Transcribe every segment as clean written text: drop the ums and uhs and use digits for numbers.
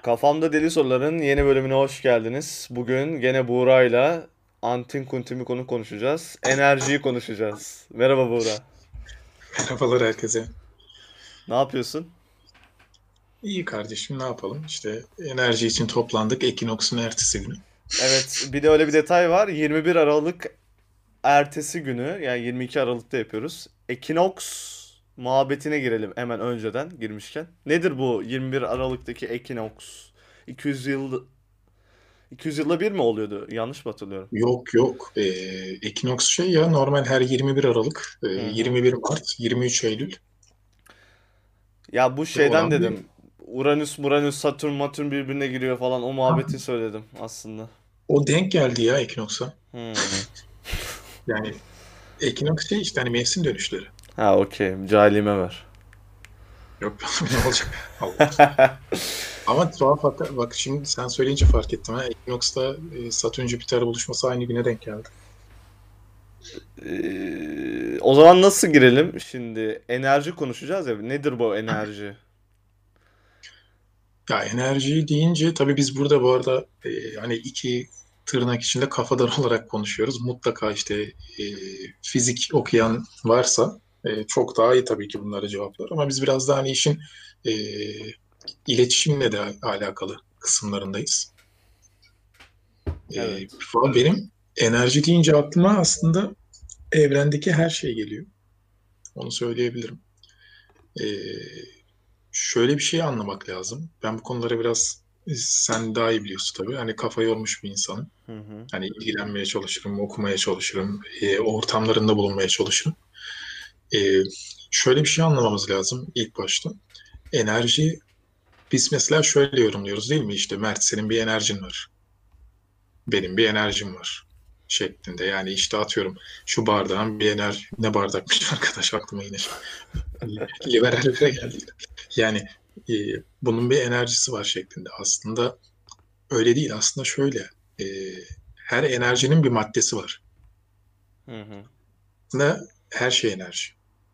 Kafamda Deli Soruların yeni bölümüne hoş geldiniz. Bugün gene Buğra'yla Antin Kuntin bir konu konuşacağız. Enerjiyi konuşacağız. Merhaba Buğra. Merhabalar herkese. Ne yapıyorsun? İyi kardeşim ne yapalım? İşte enerji için toplandık. Ekinoks'un ertesi günü. Evet, bir de öyle bir detay var. 21 Aralık ertesi günü, yani 22 Aralık'ta yapıyoruz. Ekinoks muhabbetine girelim hemen önceden girmişken. Nedir bu 21 Aralık'taki ekinoks? 200 yıl 200 yılda bir mi oluyordu? Yanlış mı hatırlıyorum? Yok yok. Ekinoks şey ya normal her 21 Aralık, Hı hı. 21 Mart, 23 Eylül Ya bu şeyden olan bir dedim. Uranüs, Muranüs, Satürn, Matürn birbirine giriyor falan. O muhabbeti söyledim aslında. o denk geldi ya Ekinoks'a. Hmm. Yani Ekinoks şey işte hani mevsim dönüşleri. Ha, okey. Cahilime ver. Yok ne olacak? Allah. Ama tuhaf bak şimdi sen söyleyince fark ettim ha. Ekinoks'ta Satürn Jüpiter buluşması aynı güne denk geldi. O zaman nasıl girelim? Şimdi enerji konuşacağız ya. Nedir bu enerji? Ya enerji deyince tabii biz burada bu arada hani iki tırnak içinde kafadar olarak konuşuyoruz. Mutlaka işte e, fizik okuyan varsa çok daha iyi tabii ki bunlara cevaplar. Ama biz biraz daha hani işin e, iletişimle de alakalı kısımlarındayız. Evet. Benim enerji deyince aklıma aslında evrendeki her şey geliyor. Onu söyleyebilirim. E, Şöyle bir şey anlamak lazım. Ben bu konulara biraz sen daha iyi biliyorsun tabii. Hani kafa yormuş bir insanım. Hı hı. Hani ilgilenmeye çalışırım, okumaya çalışırım, ortamlarında bulunmaya çalışırım. E, Şöyle bir şey anlamamız lazım ilk başta. Enerji, biz mesela şöyle yorumluyoruz değil mi? İşte Mert senin bir enerjin var, benim bir enerjim var şeklinde. Yani işte atıyorum şu bardağın bir enerji, ne bardakmış arkadaş aklıma yine şey. Liberallere geldi. Yani e, bunun bir enerjisi var şeklinde. Aslında öyle değil. Aslında şöyle. e, Her enerjinin bir maddesi var. Hı hı. Aslında her şey enerji.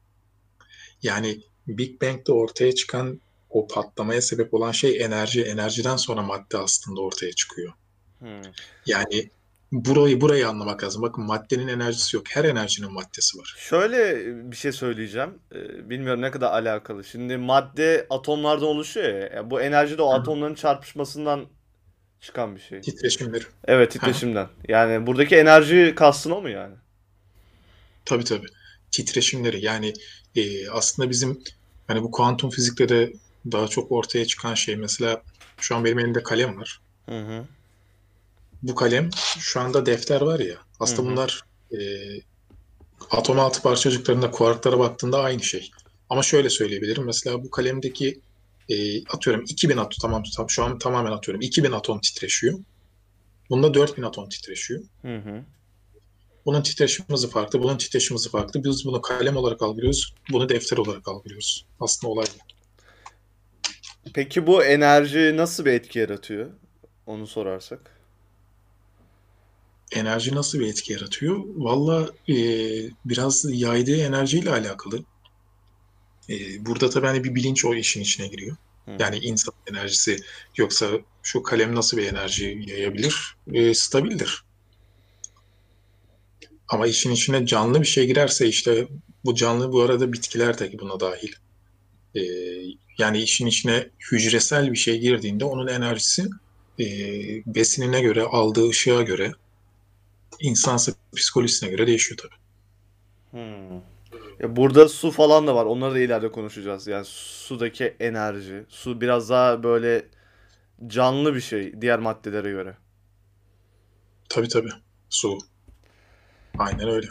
Yani Big Bang'de ortaya çıkan o patlamaya sebep olan şey enerji. Enerjiden sonra madde aslında ortaya çıkıyor. Hı. Yani burayı anlamak lazım. Bakın maddenin enerjisi yok. Her enerjinin maddesi var. Şöyle bir şey söyleyeceğim. Bilmiyorum ne kadar alakalı. Şimdi madde atomlardan oluşuyor ya. Ya bu enerji de o Hı hı. atomların çarpışmasından çıkan bir şey. Titreşimleri. Evet, Hı hı. titreşimden. Yani buradaki enerji kastın o mu yani? Tabii tabii. Titreşimleri. Yani aslında bizim hani bu kuantum fizikte de daha çok ortaya çıkan şey mesela şu an benim elimde kalem var. Hı hı. Bu kalem şu anda defter var ya Hı aslında hı. bunlar atom altı parçacıklarında kuarklara baktığında aynı şey. Ama şöyle söyleyebilirim. Mesela bu kalemdeki atıyorum 2000 atom şu an tamamen atıyorum 2000 atom titreşiyor. Bunda 4000 atom titreşiyor. Hı hı. Bunun titreşim hızı farklı, bunun titreşim hızı farklı. Biz bunu kalem olarak algılıyoruz, bunu defter olarak algılıyoruz. Aslında olay bu. Peki bu enerji nasıl bir etki yaratıyor? Onu sorarsak. Enerji nasıl bir etki yaratıyor? Valla biraz yaydığı enerjiyle alakalı. Burada tabii hani bir bilinç o işin içine giriyor. Hı Yani hı. insan enerjisi yoksa şu kalem nasıl bir enerji yayabilir? Stabildir. Ama işin içine canlı bir şey girerse işte bu canlı bu arada bitkiler de buna dahil. E, Yani işin içine hücresel bir şey girdiğinde onun enerjisi e, besinine göre, aldığı ışığa göre, insansı psikolojisine göre değişiyor tabii. Hmm. Ya burada su falan da var. Onları da ileride konuşacağız. Yani sudaki enerji. Su biraz daha böyle canlı bir şey diğer maddelere göre. Tabii tabii. Su. Aynen öyle.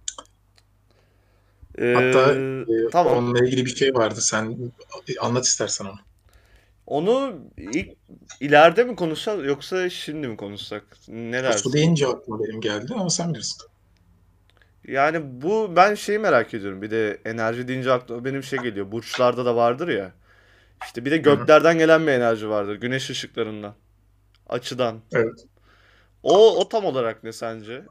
Hatta Tamam. onunla ilgili bir şey vardı. Sen anlat istersen onu. Onu ilk ileride mi konuşacağız yoksa şimdi mi konuşsak? Ne Su dersin? deyince aklıma benim geldi ama sen bilirsin. Yani bu ben şeyi merak ediyorum. Bir de enerji deyince aklıma benim şey geliyor. Burçlarda da vardır ya. İşte bir de Hı hı. göklerden gelen bir enerji vardır. Güneş ışıklarından. Açıdan. Evet. O tam olarak ne sence?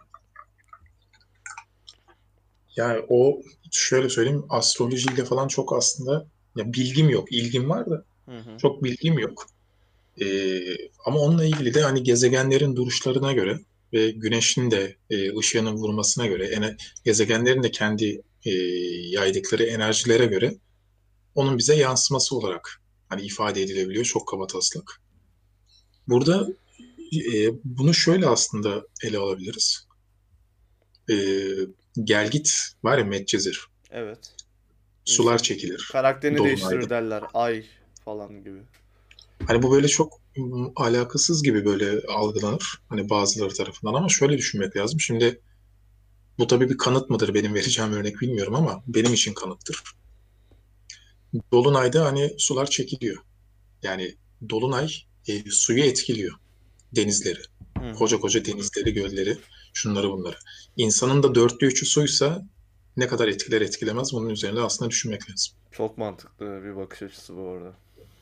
Yani o şöyle söyleyeyim astrolojiyle falan çok aslında ya bilgim yok. İlgim var da Hı hı. çok bilgim yok. Ama onunla ilgili de hani gezegenlerin duruşlarına göre ve güneşin de ışığının vurmasına göre, gezegenlerin de kendi yaydıkları enerjilere göre onun bize yansıması olarak hani ifade edilebiliyor çok kabataslak. Burada bunu şöyle aslında ele alabiliriz. E, Gelgit var ya, Medcezir. Evet. Sular İnsanın çekilir karakterini dolunayda. değiştirir derler. Ay falan gibi. Hani bu böyle çok alakasız gibi böyle algılanır. Hani bazıları tarafından, ama şöyle düşünmek lazım. Şimdi bu tabii bir kanıt mıdır, benim vereceğim örnek bilmiyorum, ama benim için kanıttır. Dolunayda hani sular çekiliyor. Yani dolunay suyu etkiliyor, denizleri. Hı hı. Koca koca denizleri, gölleri, şunları bunları. İnsanın da dörtte üçü suysa ne kadar etkiler etkilemez, bunun üzerinde aslında düşünmek lazım. Çok mantıklı bir bakış açısı bu arada.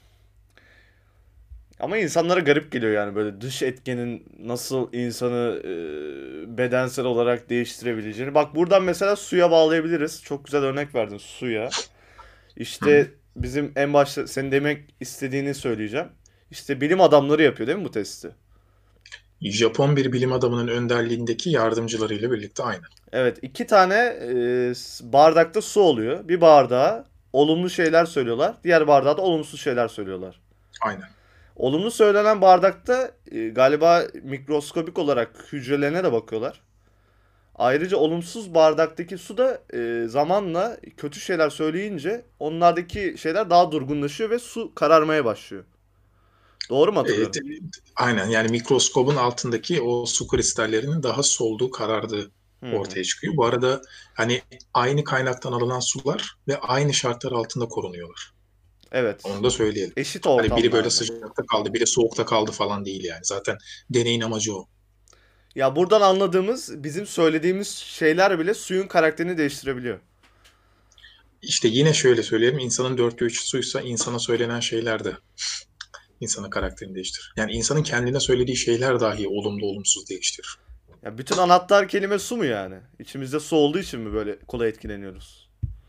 Ama insanlara garip geliyor yani böyle dış etkenin nasıl insanı bedensel olarak değiştirebileceğini. Bak buradan mesela suya bağlayabiliriz. Çok güzel örnek verdin suya. Hı hı. İşte bizim en başta senin demek istediğini söyleyeceğim. İşte bilim adamları yapıyor değil mi bu testi? Japon bir bilim adamının önderliğindeki yardımcılarıyla birlikte, aynı. Evet, iki tane bardakta su oluyor. Bir bardağa olumlu şeyler söylüyorlar. Diğer bardağa da olumsuz şeyler söylüyorlar. Aynen. Olumlu söylenen bardakta galiba mikroskobik olarak hücrelerine de bakıyorlar. Ayrıca olumsuz bardaktaki su da zamanla kötü şeyler söyleyince onlardaki şeyler daha durgunlaşıyor ve su kararmaya başlıyor. Doğru mu Evet, hatırlıyorum? aynen, yani mikroskobun altındaki o su kristallerinin daha solduğu, karardığı Hı hı. ortaya çıkıyor. Bu arada hani aynı kaynaktan alınan sular ve aynı şartlar altında korunuyorlar. Evet. Onu da söyleyelim. Eşit Hani biri böyle ortamlarda. sıcakta kaldı, biri soğukta kaldı falan değil yani. Zaten deneyin amacı o. Ya buradan anladığımız bizim söylediğimiz şeyler bile suyun karakterini değiştirebiliyor. İşte yine şöyle söyleyelim. İnsanın dörtte üçü suysa insana söylenen şeyler de insanın karakterini değiştirir. Yani insanın kendine söylediği şeyler dahi olumlu olumsuz değiştirir. Ya bütün anahtar kelime su mu yani? İçimizde su olduğu için mi böyle kolay etkileniyoruz?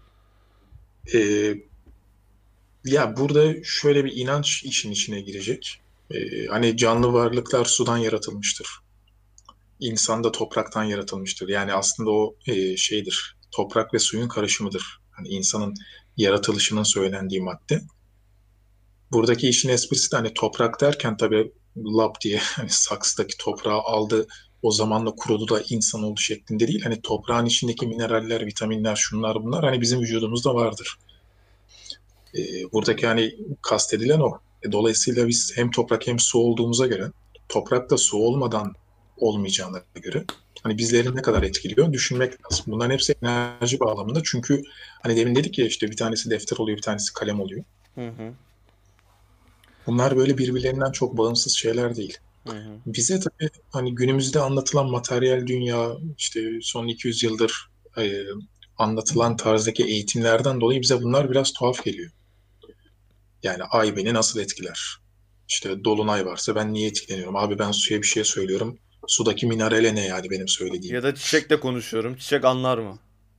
Ee, Ya burada şöyle bir inanç işin içine girecek. Hani canlı varlıklar sudan yaratılmıştır. İnsan da topraktan yaratılmıştır. Yani aslında o şeydir. Toprak ve suyun karışımıdır. Hani insanın yaratılışının söylendiği madde. Buradaki işin esprisi de hani toprak derken tabii lap diye hani saksıdaki toprağı aldı, o zamanla kurudu da insan oldu şeklinde değil. Hani toprağın içindeki mineraller, vitaminler, şunlar bunlar hani bizim vücudumuzda vardır. Buradaki hani kastedilen o. Dolayısıyla biz hem toprak hem su olduğumuza göre, toprak da su olmadan olmayacağına göre hani bizleri ne kadar etkiliyor düşünmek lazım. Bunların hepsi enerji bağlamında. Çünkü hani demin dedik ya, işte bir tanesi defter oluyor, bir tanesi kalem oluyor. Hı hı. Bunlar böyle birbirlerinden çok bağımsız şeyler değil. Hı hı. Bize tabii hani günümüzde anlatılan materyal dünya, işte son 200 yıldır e, anlatılan tarzdaki eğitimlerden dolayı bize bunlar biraz tuhaf geliyor. Yani ay beni nasıl etkiler? İşte dolunay varsa ben niye etkileniyorum? Abi ben suya bir şey söylüyorum. Sudaki minerale ne yani benim söylediğim? Ya da çiçekle konuşuyorum. Çiçek anlar mı?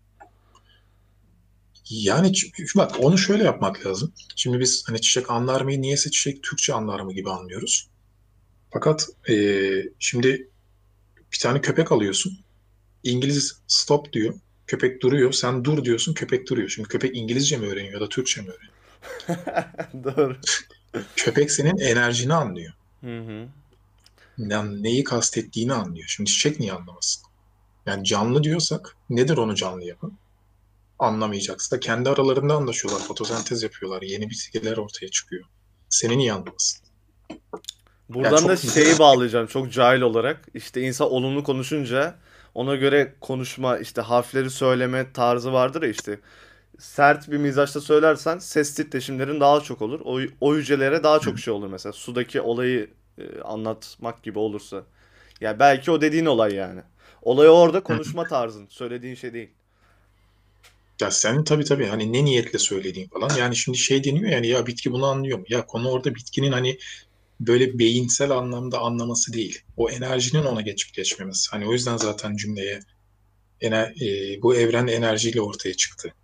Yani bak, onu şöyle yapmak lazım. Şimdi biz hani çiçek anlar mı? Niyeyse çiçek Türkçe anlar mı gibi anlıyoruz. Fakat şimdi bir tane köpek alıyorsun. İngiliz stop diyor. Köpek duruyor. Sen dur diyorsun. Köpek duruyor. Şimdi köpek İngilizce mi öğreniyor ya da Türkçe mi öğreniyor? Doğru. Köpek senin enerjini anlıyor. Hı hı. Yani neyi kastettiğini anlıyor. Şimdi çiçek niye anlamasın? Yani canlı diyorsak nedir onu canlı yapan? Anlamayacaksa da kendi aralarında anlaşıyorlar. Fotosentez yapıyorlar. Yeni bitkiler ortaya çıkıyor. Seni niye anlamasın? Yani Buradan da çok bize... şeyi bağlayacağım çok cahil olarak. İşte insan olumlu konuşunca ona göre konuşma işte harfleri söyleme tarzı vardır ya işte. Sert bir mizaçta söylersen ses titreşimlerin daha çok olur. O hücrelere daha çok şey olur mesela. Sudaki olayı anlatmak gibi olursa. Ya belki o dediğin olay yani. Olay orada konuşma tarzın. Söylediğin şey değil. Ya sen tabii hani ne niyetle söylediğin falan. Yani şimdi şey deniyor yani, ya bitki bunu anlıyor mu? Ya konu orada bitkinin hani böyle beyinsel anlamda anlaması değil. O enerjinin ona geçip geçmemesi. Hani o yüzden zaten cümleye bu evren enerjiyle ortaya çıktı.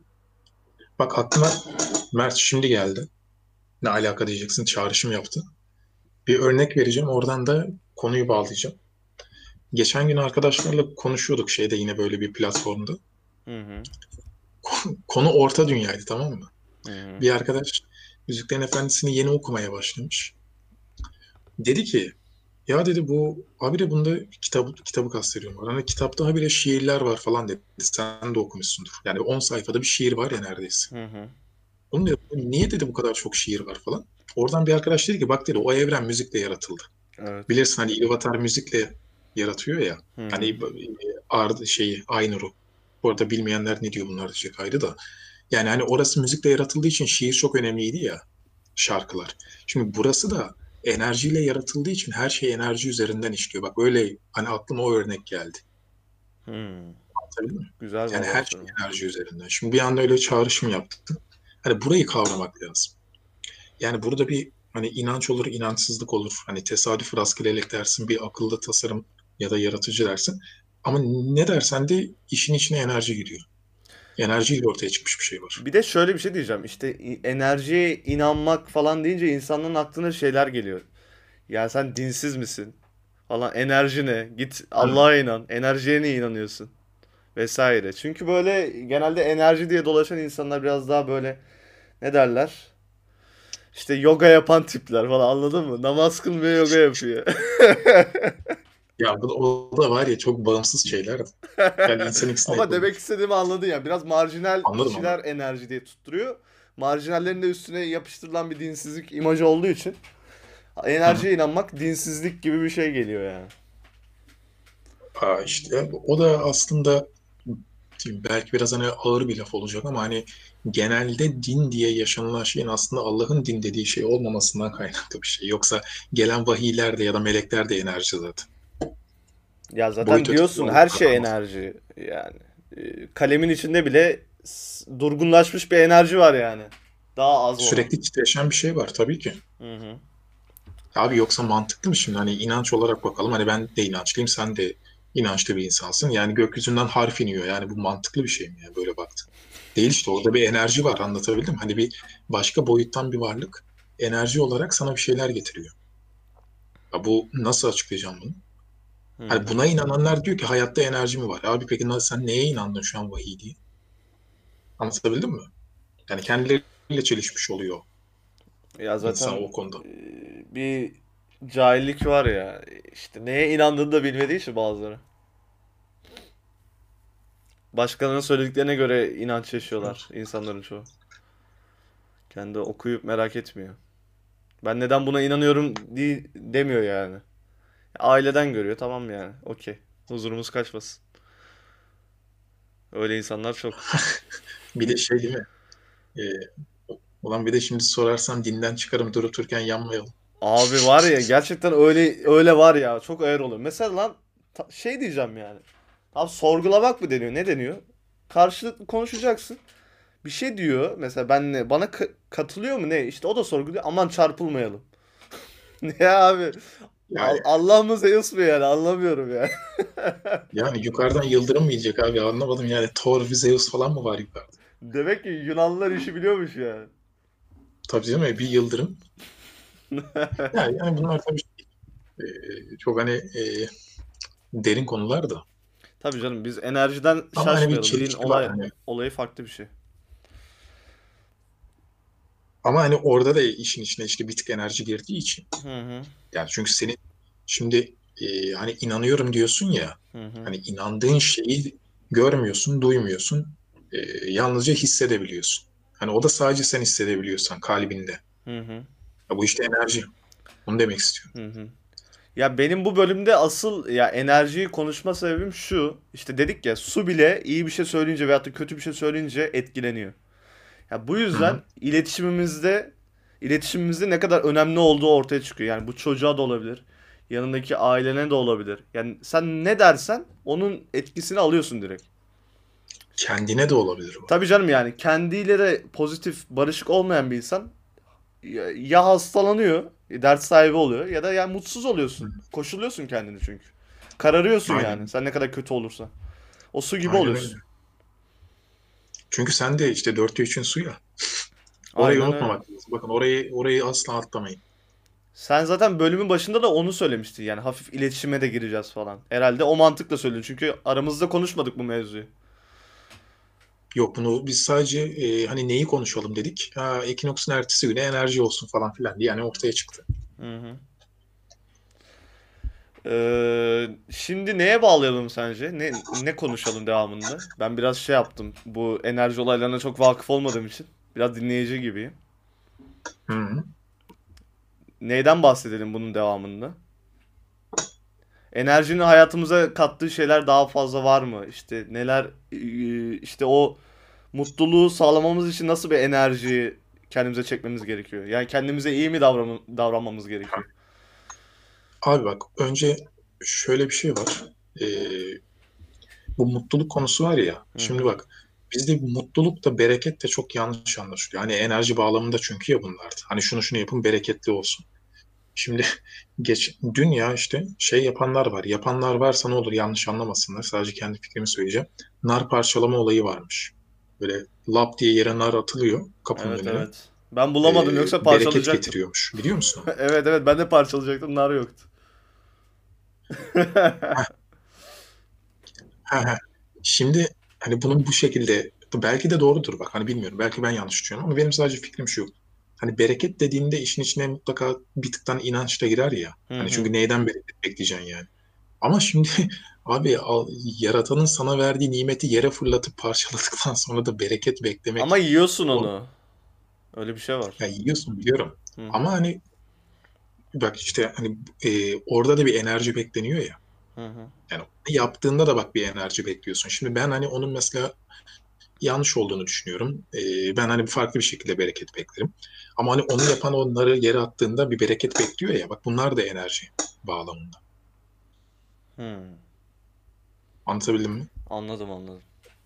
Bak aklıma Mert şimdi geldi. Ne alaka diyeceksin, çağrışım yaptı. Bir örnek vereceğim. Oradan da konuyu bağlayacağım. Geçen gün arkadaşlarla konuşuyorduk şeyde yine böyle bir platformda. Hı hı. Konu Orta Dünya'ydı, tamam mı? Hı hı. Bir arkadaş Yüzüklerin Efendisi'ni yeni okumaya başlamış. Dedi ki ya dedi bu habire bunda kitabı kastediyorum. Hani kitapta habire şiirler var falan dedi. Sen de okumuşsundur. Yani 10 sayfada bir şiir var ya neredeyse. Hı hı. Onun dedi, niye dedi bu kadar çok şiir var falan. Oradan bir arkadaş dedi ki bak dedi o evren müzikle yaratıldı. Evet. Bilirsin hani İlúvatar müzikle yaratıyor ya. Hı Hani hı. şeyi Ainur'u. Bu arada bilmeyenler ne diyor bunlar diyecek ayrı da. Yani hani orası müzikle yaratıldığı için şiir çok önemliydi ya, şarkılar. Şimdi burası da enerjiyle yaratıldığı için her şey enerji üzerinden işliyor. Bak öyle hani aklıma o örnek geldi. Hı. Anlatabildim mi? Güzel Yani her şey bağdaştırma. enerji üzerinden. Şimdi bir anda öyle çağrışım yaptım. Hani burayı kavramak lazım. Yani burada bir hani inanç olur, inançsızlık olur. Hani tesadüf rastgelelik dersin, bir akıllı tasarım ya da yaratıcı dersin. Ama ne dersen de işin içine enerji giriyor. Enerjiyle ortaya çıkmış bir şey var. Bir de şöyle bir şey diyeceğim. İşte enerjiye inanmak falan deyince insanların aklına şeyler geliyor. Ya sen dinsiz misin? Falan enerji ne? Git Hı. Allah'a inan. Enerjiye niye inanıyorsun? Vesaire. Çünkü böyle genelde enerji diye dolaşan insanlar biraz daha böyle ne derler? İşte yoga yapan tipler falan, anladın mı? Namaz kılmıyor, yoga yapıyor. Ya o da var ya çok bağımsız şeyler. Yani insan ikisini de Ama demek yapabilir. istediğimi anladın ya. Biraz marjinal Anladım kişiler anladım. enerji diye tutturuyor. Marjinallerin de üstüne yapıştırılan bir dinsizlik imajı olduğu için Hı hı. enerjiye inanmak dinsizlik gibi bir şey geliyor yani. İşte o da aslında belki biraz hani ağır bir laf olacak ama hani genelde din diye yaşanılan şeyin aslında Allah'ın din dediği şey olmamasından kaynaklı bir şey. Yoksa gelen vahiyler de ya da melekler de enerji zaten. Ya Boyut zaten ötesi diyorsun her olduklarından şey bahsediyorum. enerji yani. Kalemin içinde bile durgunlaşmış bir enerji var yani. Daha az olan. Sürekli titreşen bir şey var tabii ki. Hı hı. Abi yoksa mantıklı mı şimdi? Hani inanç olarak bakalım. Hani ben de inançlıyım, sen de inançlı bir insansın. Yani gökyüzünden harf iniyor. Yani bu mantıklı bir şey mi ya böyle baktın? Değil işte orada bir enerji var, anlatabildim mi? Hani bir başka boyuttan bir varlık enerji olarak sana bir şeyler getiriyor. Ya bu nasıl açıklayacağım bunu? Hı Hani hı. buna inananlar diyor ki hayatta enerji mi var? Abi peki sen neye inandın şu an vahiy diye? Anlatabildim mi? Yani kendileriyle çelişmiş oluyor Ya insan zaten o konuda. bir cahillik var ya. İşte neye inandığını da bilmediği için bazıları. Başkalarının söylediklerine göre inanç yaşıyorlar insanların çoğu. Kendi okuyup merak etmiyor. Ben neden buna inanıyorum demiyor yani. Aileden görüyor, tamam yani. Okey. Huzurumuz kaçmasın. Öyle insanlar çok. Bir de şey değil mi? Ee, Ulan bir de şimdi sorarsam dinden çıkarım durup dururken yanmayalım. Abi var ya, gerçekten öyle var ya, çok ağır oluyor. Mesela lan şey diyeceğim yani. Abi sorgulamak mı deniyor? Ne deniyor? Karşılıklı konuşacaksın. Bir şey diyor. Mesela bana katılıyor mu ne? İşte o da sorguluyor. Aman çarpılmayalım. Ne abi? Yani Allah mı Zeus mu yani? Anlamıyorum ya. yani yukarıdan yıldırım mı yiyecek abi, anlamadım yani Thor ve Zeus falan mı var yukarıda? Demek ki Yunanlılar işi biliyormuş yani. Tabii canım bir yıldırım. Yani bunlar tabii çok hani derin konular da. Tabii canım, biz enerjiden Ama hani bir şaşmayalım. Din çelişki var hani. olayı farklı bir şey. Ama hani orada da işin içine işte bir tık enerji girdiği için. Hı hı. Yani çünkü senin şimdi hani inanıyorum diyorsun ya. Hı hı. Hani inandığın şeyi görmüyorsun, duymuyorsun. Yalnızca hissedebiliyorsun. Hani o da sadece sen hissedebiliyorsan kalbinde. Hı hı. Ya bu işte enerji. Onu demek istiyorum. Hı hı. Ya benim bu bölümde asıl ya enerjiyi konuşma sebebim şu. İşte dedik ya, su bile iyi bir şey söyleyince veyahut da kötü bir şey söyleyince etkileniyor. Ya bu Hı yüzden hı. iletişimimizde ne kadar önemli olduğu ortaya çıkıyor. Yani bu çocuğa da olabilir. Yanındaki ailene de olabilir. Yani sen ne dersen onun etkisini alıyorsun direkt. Kendine de olabilir bu. Tabii canım, yani kendiyle de pozitif, barışık olmayan bir insan ya hastalanıyor, dert sahibi oluyor ya da yani mutsuz Hı. oluyorsun. Koşuluyorsun kendini çünkü. Kararıyorsun yani. Aynen. Sen ne kadar kötü olursa. O su gibi Aynen öyle. oluyorsun. Çünkü sen de işte dörtte üçün su ya. Orayı Aynen öyle. unutmamak lazım. Bakın orayı asla atlamayın. Sen zaten bölümün başında da onu söylemiştin. Yani hafif iletişime de gireceğiz falan. Herhalde o mantıkla söyledin. Çünkü aramızda konuşmadık bu mevzuyu. Yok, bunu biz sadece hani neyi konuşalım dedik. Ha, Ekinoks'un ertesi güne enerji olsun falan filan diye yani ortaya çıktı. Hı hı. Şimdi neye bağlayalım sence? Ne konuşalım devamında? Ben biraz şey yaptım. Bu enerji olaylarına çok vakıf olmadığım için biraz dinleyici gibiyim. Hı hı. Neyden bahsedelim bunun devamında? Enerjinin hayatımıza kattığı şeyler daha fazla var mı? İşte neler, işte o mutluluğu sağlamamız için nasıl bir enerji kendimize çekmemiz gerekiyor? Yani kendimize iyi mi davranmamız gerekiyor? Abi bak, önce şöyle bir şey var. E, Bu mutluluk konusu var ya. Hı Şimdi hı. bak, bizde mutluluk da bereket de çok yanlış anlaşılıyor. Hani enerji bağlamında çünkü ya bunlar. Hani şunu şunu yapın bereketli olsun. Şimdi dünya işte şey yapanlar var. Yapanlar varsa ne olur yanlış anlamasınlar. Sadece kendi fikrimi söyleyeceğim. Nar parçalama olayı varmış. Böyle lap diye yere nar atılıyor kapının Evet, önüne. evet. Ben bulamadım yoksa Bereket parçalayacaktım. getiriyormuş. Biliyor musun onu? Evet, evet, ben de parçalayacaktım. Nar yoktu. Heh, heh, heh. Şimdi hani bunun bu şekilde belki de doğrudur bak, hani bilmiyorum, belki ben yanlış düşünüyorum ama benim sadece fikrim şu. Hani bereket dediğinde işin içine mutlaka bir tıktan inanç da girer ya. Hı Hani hı. çünkü neyden bereket bekleyeceksin yani. Ama şimdi abi yaratanın sana verdiği nimeti yere fırlatıp parçaladıktan sonra da bereket Ama beklemek, yiyorsun o, onu. Öyle bir şey var. ya yiyorsun biliyorum. Hı hı. Ama hani bak işte hani orada da bir enerji bekleniyor ya. Hı hı. Yani onu yaptığında da bak bir enerji bekliyorsun. Şimdi ben hani onun mesela yanlış olduğunu düşünüyorum. Ben hani farklı bir şekilde bereket beklerim. Ama hani onu yapan onları yere attığında bir bereket bekliyor ya. Bak bunlar da enerji bağlamında. Hı. Anlatabildim mi? Anladım, anladım.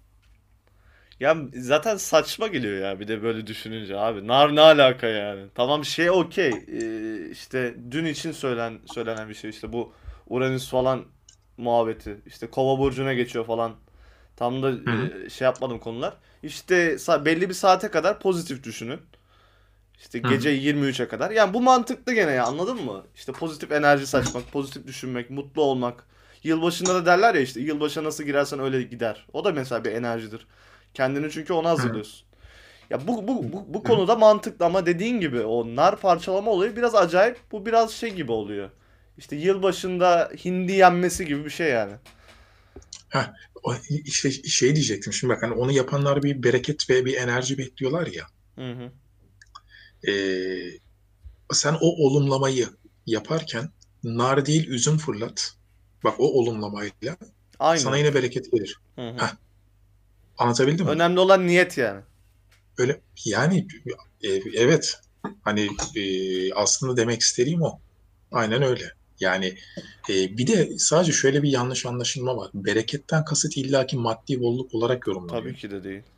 Ya zaten saçma geliyor ya bir de böyle düşününce abi. Nar ne alaka yani? Tamam, şey okey. İşte dün için söylenen bir şey işte bu Uranüs falan muhabbeti. İşte Kova burcuna geçiyor falan. Tam da Hı hı. şey yapmadım konular. İşte belli bir saate kadar pozitif düşünün. İşte Hı gece hı. 23'e kadar. Yani bu mantıklı gene ya, anladın mı? İşte pozitif enerji saçmak, pozitif düşünmek, mutlu olmak. Yılbaşında da derler ya işte yılbaşına nasıl girersen öyle gider. O da mesela bir enerjidir. Kendini çünkü ona Hı hı. hazırlıyorsun. Ya bu Hı hı. konuda mantıklı ama dediğin gibi o nar parçalama olayı biraz acayip. Bu biraz şey gibi oluyor. İşte yılbaşında hindi yenmesi gibi bir şey yani. Heh, işte şey diyecektim. Şimdi bak hani onu yapanlar bir bereket ve bir enerji bekliyorlar ya. Hı hı. Ee, Sen o olumlamayı yaparken nar değil üzüm fırlat. Bak o olumlamayla sana Aynen. yine bereket gelir. Hı hı. Heh, anlatabildim mi? Önemli olan niyet yani. Öyle yani, evet, hani aslında demek istediğim o. Aynen öyle. Yani bir de sadece şöyle bir yanlış anlaşılma var. Bereketten kasıt illaki maddi bolluk olarak Tabii yorumlanıyor. ki de değil.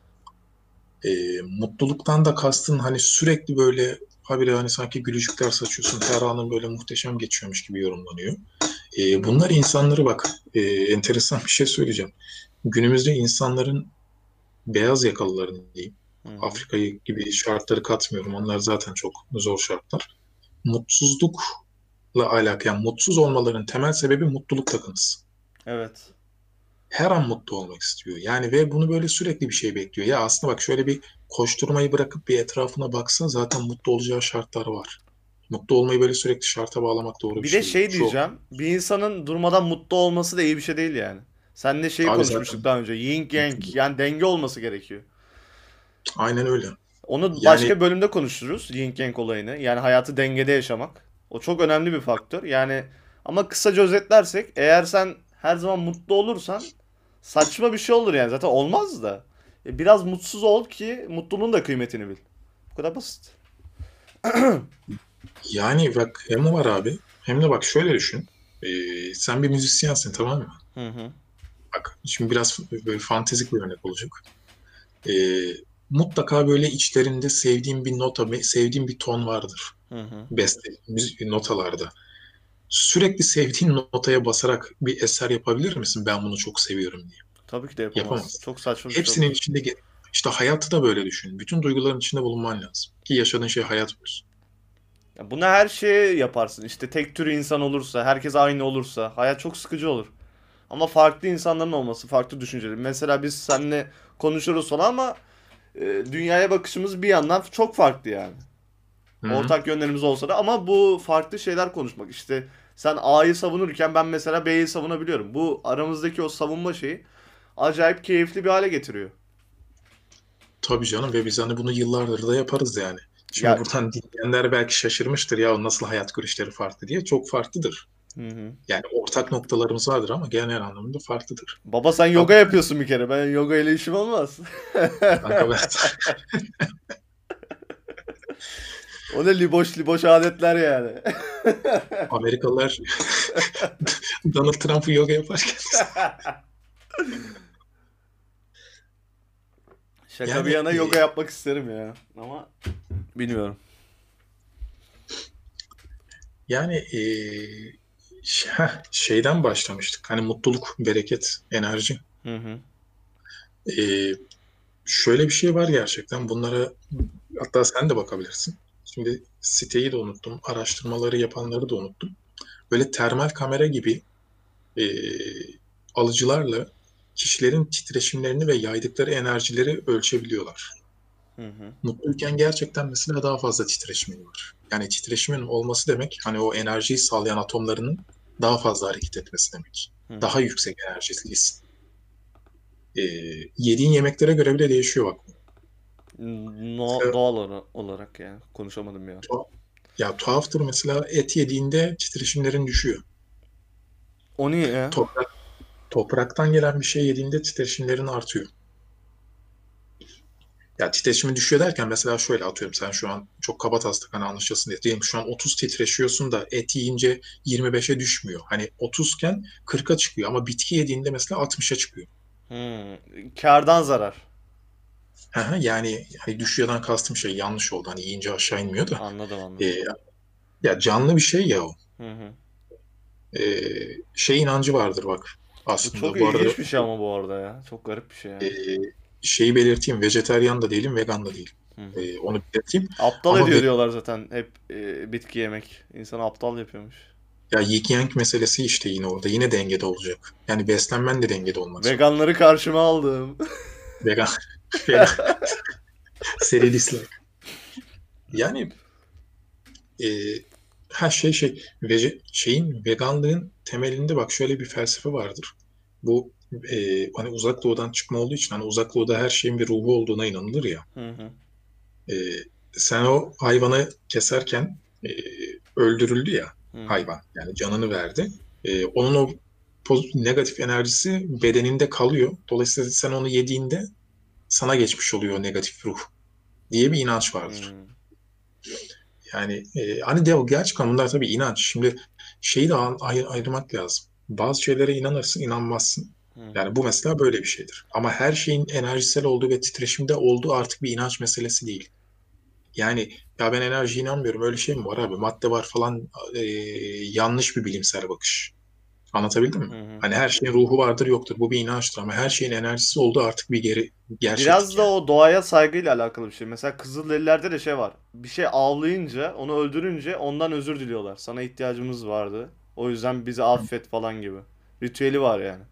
Mutluluktan da kastın hani sürekli böyle habire hani sanki gülücükler saçıyorsun, her anın böyle muhteşem geçiyormuş gibi yorumlanıyor. Bunlar insanları bak, enteresan bir şey söyleyeceğim. Günümüzde insanların beyaz yakalıların diyeyim, Hı hı. Afrika'yı gibi şartları katmıyorum. Onlar zaten çok zor şartlar. Mutsuzlukla alakalı, yani mutsuz olmalarının temel sebebi mutluluk takıntısı. Evet. Her an mutlu olmak istiyor. Yani ve bunu böyle sürekli bir şey bekliyor. Ya aslında bak, şöyle bir koşturmayı bırakıp bir etrafına baksa zaten mutlu olacağı şartlar var. Mutlu olmayı böyle sürekli şarta bağlamak doğru bir Bir de şey değil. şey Şu diyeceğim. Bir insanın durmadan mutlu olması da iyi bir şey değil yani. Seninle şeyi abi konuşmuştuk zaten daha önce. Yin yang. Yani denge olması gerekiyor. aynen öyle. Onu Yani başka bir bölümde konuşuruz. Yin yang olayını. Yani hayatı dengede yaşamak. O çok önemli bir faktör. Yani ama kısaca özetlersek eğer sen her zaman mutlu olursan saçma bir şey olur yani. Zaten olmaz da. Biraz mutsuz ol ki mutluluğun da kıymetini bil. Bu kadar basit. yani bak, hem o var abi, hem de bak şöyle düşün. Sen bir müzisyensin, tamam mı? Hı hı. Bak şimdi biraz böyle fantezik bir örnek olacak. Ee, Mutlaka böyle içlerinde sevdiğin bir nota, sevdiğin bir ton vardır. Hı hı. Beste, müzik notalarda. Sürekli sevdiğin notaya basarak bir eser yapabilir misin? Ben bunu çok seviyorum diye. Tabii ki de yapamaz. Yapamazsın. Çok saçma bir şey Hepsinin olur. içinde işte hayatı da böyle düşün. Bütün duyguların içinde bulunman lazım. Ki yaşadığın şey hayat olsun. Ya bunu her şeye yaparsın. İşte tek tür insan olursa, herkes aynı olursa hayat çok sıkıcı olur. Ama farklı insanların olması, farklı düşünceleri. Mesela biz seninle konuşuruz falan ama dünyaya bakışımız bir yandan çok farklı yani. Hı hı. Ortak yönlerimiz olsa da ama bu farklı şeyler konuşmak. İşte sen A'yı savunurken ben mesela B'yi savunabiliyorum. Bu aramızdaki o savunma şeyi acayip keyifli bir hale getiriyor. Tabii canım, ve biz hani bunu yıllardır da yaparız yani. Şimdi Ya, buradan dinleyenler belki şaşırmıştır ya, nasıl hayat görüşleri farklı diye. Çok farklıdır. hı hı. Yani ortak noktalarımız vardır ama genel anlamda farklıdır. Baba sen Ama yoga yapıyorsun bir kere. Ben yoga ile işim olmaz. kanka ben O ne liboş liboş adetler yani. Amerikalılar Donald Trump'ı yoga yaparken Şaka bir yani yana yoga yapmak isterim ya. Ama bilmiyorum. şeyden başlamıştık. Hani mutluluk, bereket, enerji. Hı hı. E, şöyle bir şey var gerçekten. Bunlara hatta sen de bakabilirsin. Şimdi siteyi de unuttum. Araştırmaları yapanları da unuttum. Böyle termal kamera gibi e, alıcılarla kişilerin titreşimlerini ve yaydıkları enerjileri ölçebiliyorlar. Hı hı. Mutluyken gerçekten mesela daha fazla titreşimin var. Yani titreşimin olması demek hani o enerjiyi sağlayan atomlarının daha fazla hareket etmesi demek. Hı hı. Daha yüksek enerjilisin. E, yediğin yemeklere göre bile değişiyor bak. No, Mesela, doğal olarak yani konuşamadım ya. tuhaftır mesela, et yediğinde titreşimlerin düşüyor. O niye ya? Topraktan gelen bir şey yediğinde titreşimlerin artıyor. Ya titreşimi düşüyor derken mesela şöyle atıyorum, sen şu an çok kabataslak hani anlaşılsın diye. Diyelim şu an 30 titreşiyorsun da et yiyince 25'e düşmüyor. Hani 30 iken 40'a çıkıyor ama bitki yediğinde mesela 60'a çıkıyor. Hmm. Kârdan zarar. Hı hı. Yani hani düşüyordan kastım şey yanlış oldu. Hani yiyince aşağı inmiyor da. Anladım anladım. E, ya canlı bir şey ya o. Hı hı. E, şey inancı vardır bak Bu çok aslında. Bu arada ilginç bir şey ama bu arada ya. Çok garip bir şey e, yani. şeyi belirteyim. Vejeteryan da değilim, vegan da değilim. Hı hı. Onu belirteyim. Aptal Ama ediyor diyorlar zaten hep bitki yemek. İnsanı aptal yapıyormuş. ya yin yang meselesi işte yine orada. Yine dengede olacak. Yani beslenmen de dengede olmak zorunda. Veganları karşıma aldım. Vegan, vegan, seri dislike. Yani e, şeyin veganlığın temelinde bak şöyle bir felsefe vardır. Bu hani uzak doğudan çıkma olduğu için hani uzak doğuda her şeyin bir ruhu olduğuna inanılır ya. Hı hı. E, sen o hayvanı keserken öldürüldü ya Hı hı. hayvan. Yani canını verdi. Onun o negatif enerjisi bedeninde kalıyor. Dolayısıyla sen onu yediğinde sana geçmiş oluyor o negatif ruh diye bir inanç vardır. Hı Yani hani de o gerçekten bunlar tabii inanç. Şimdi şeyi de ayırmak lazım. Bazı şeylere inanırsın, inanmazsın. hı. Yani bu mesela böyle bir şeydir. Ama her şeyin enerjisel olduğu ve titreşimde olduğu artık bir inanç meselesi değil. Yani ya ben enerjiye inanmıyorum. Öyle şey mi var abi? Madde var falan, yanlış bir bilimsel bakış. Anlatabildim mi? Hı hı. Hani her şeyin ruhu vardır yoktur. Bu bir inançtır ama her şeyin enerjisi olduğu artık bir gerçeklik Biraz da yani. o doğaya saygıyla alakalı bir şey. Mesela Kızılderililerde de şey var. Bir şey avlayınca, onu öldürünce ondan özür diliyorlar. Sana ihtiyacımız vardı. O yüzden bizi affet falan gibi. Ritüeli var yani.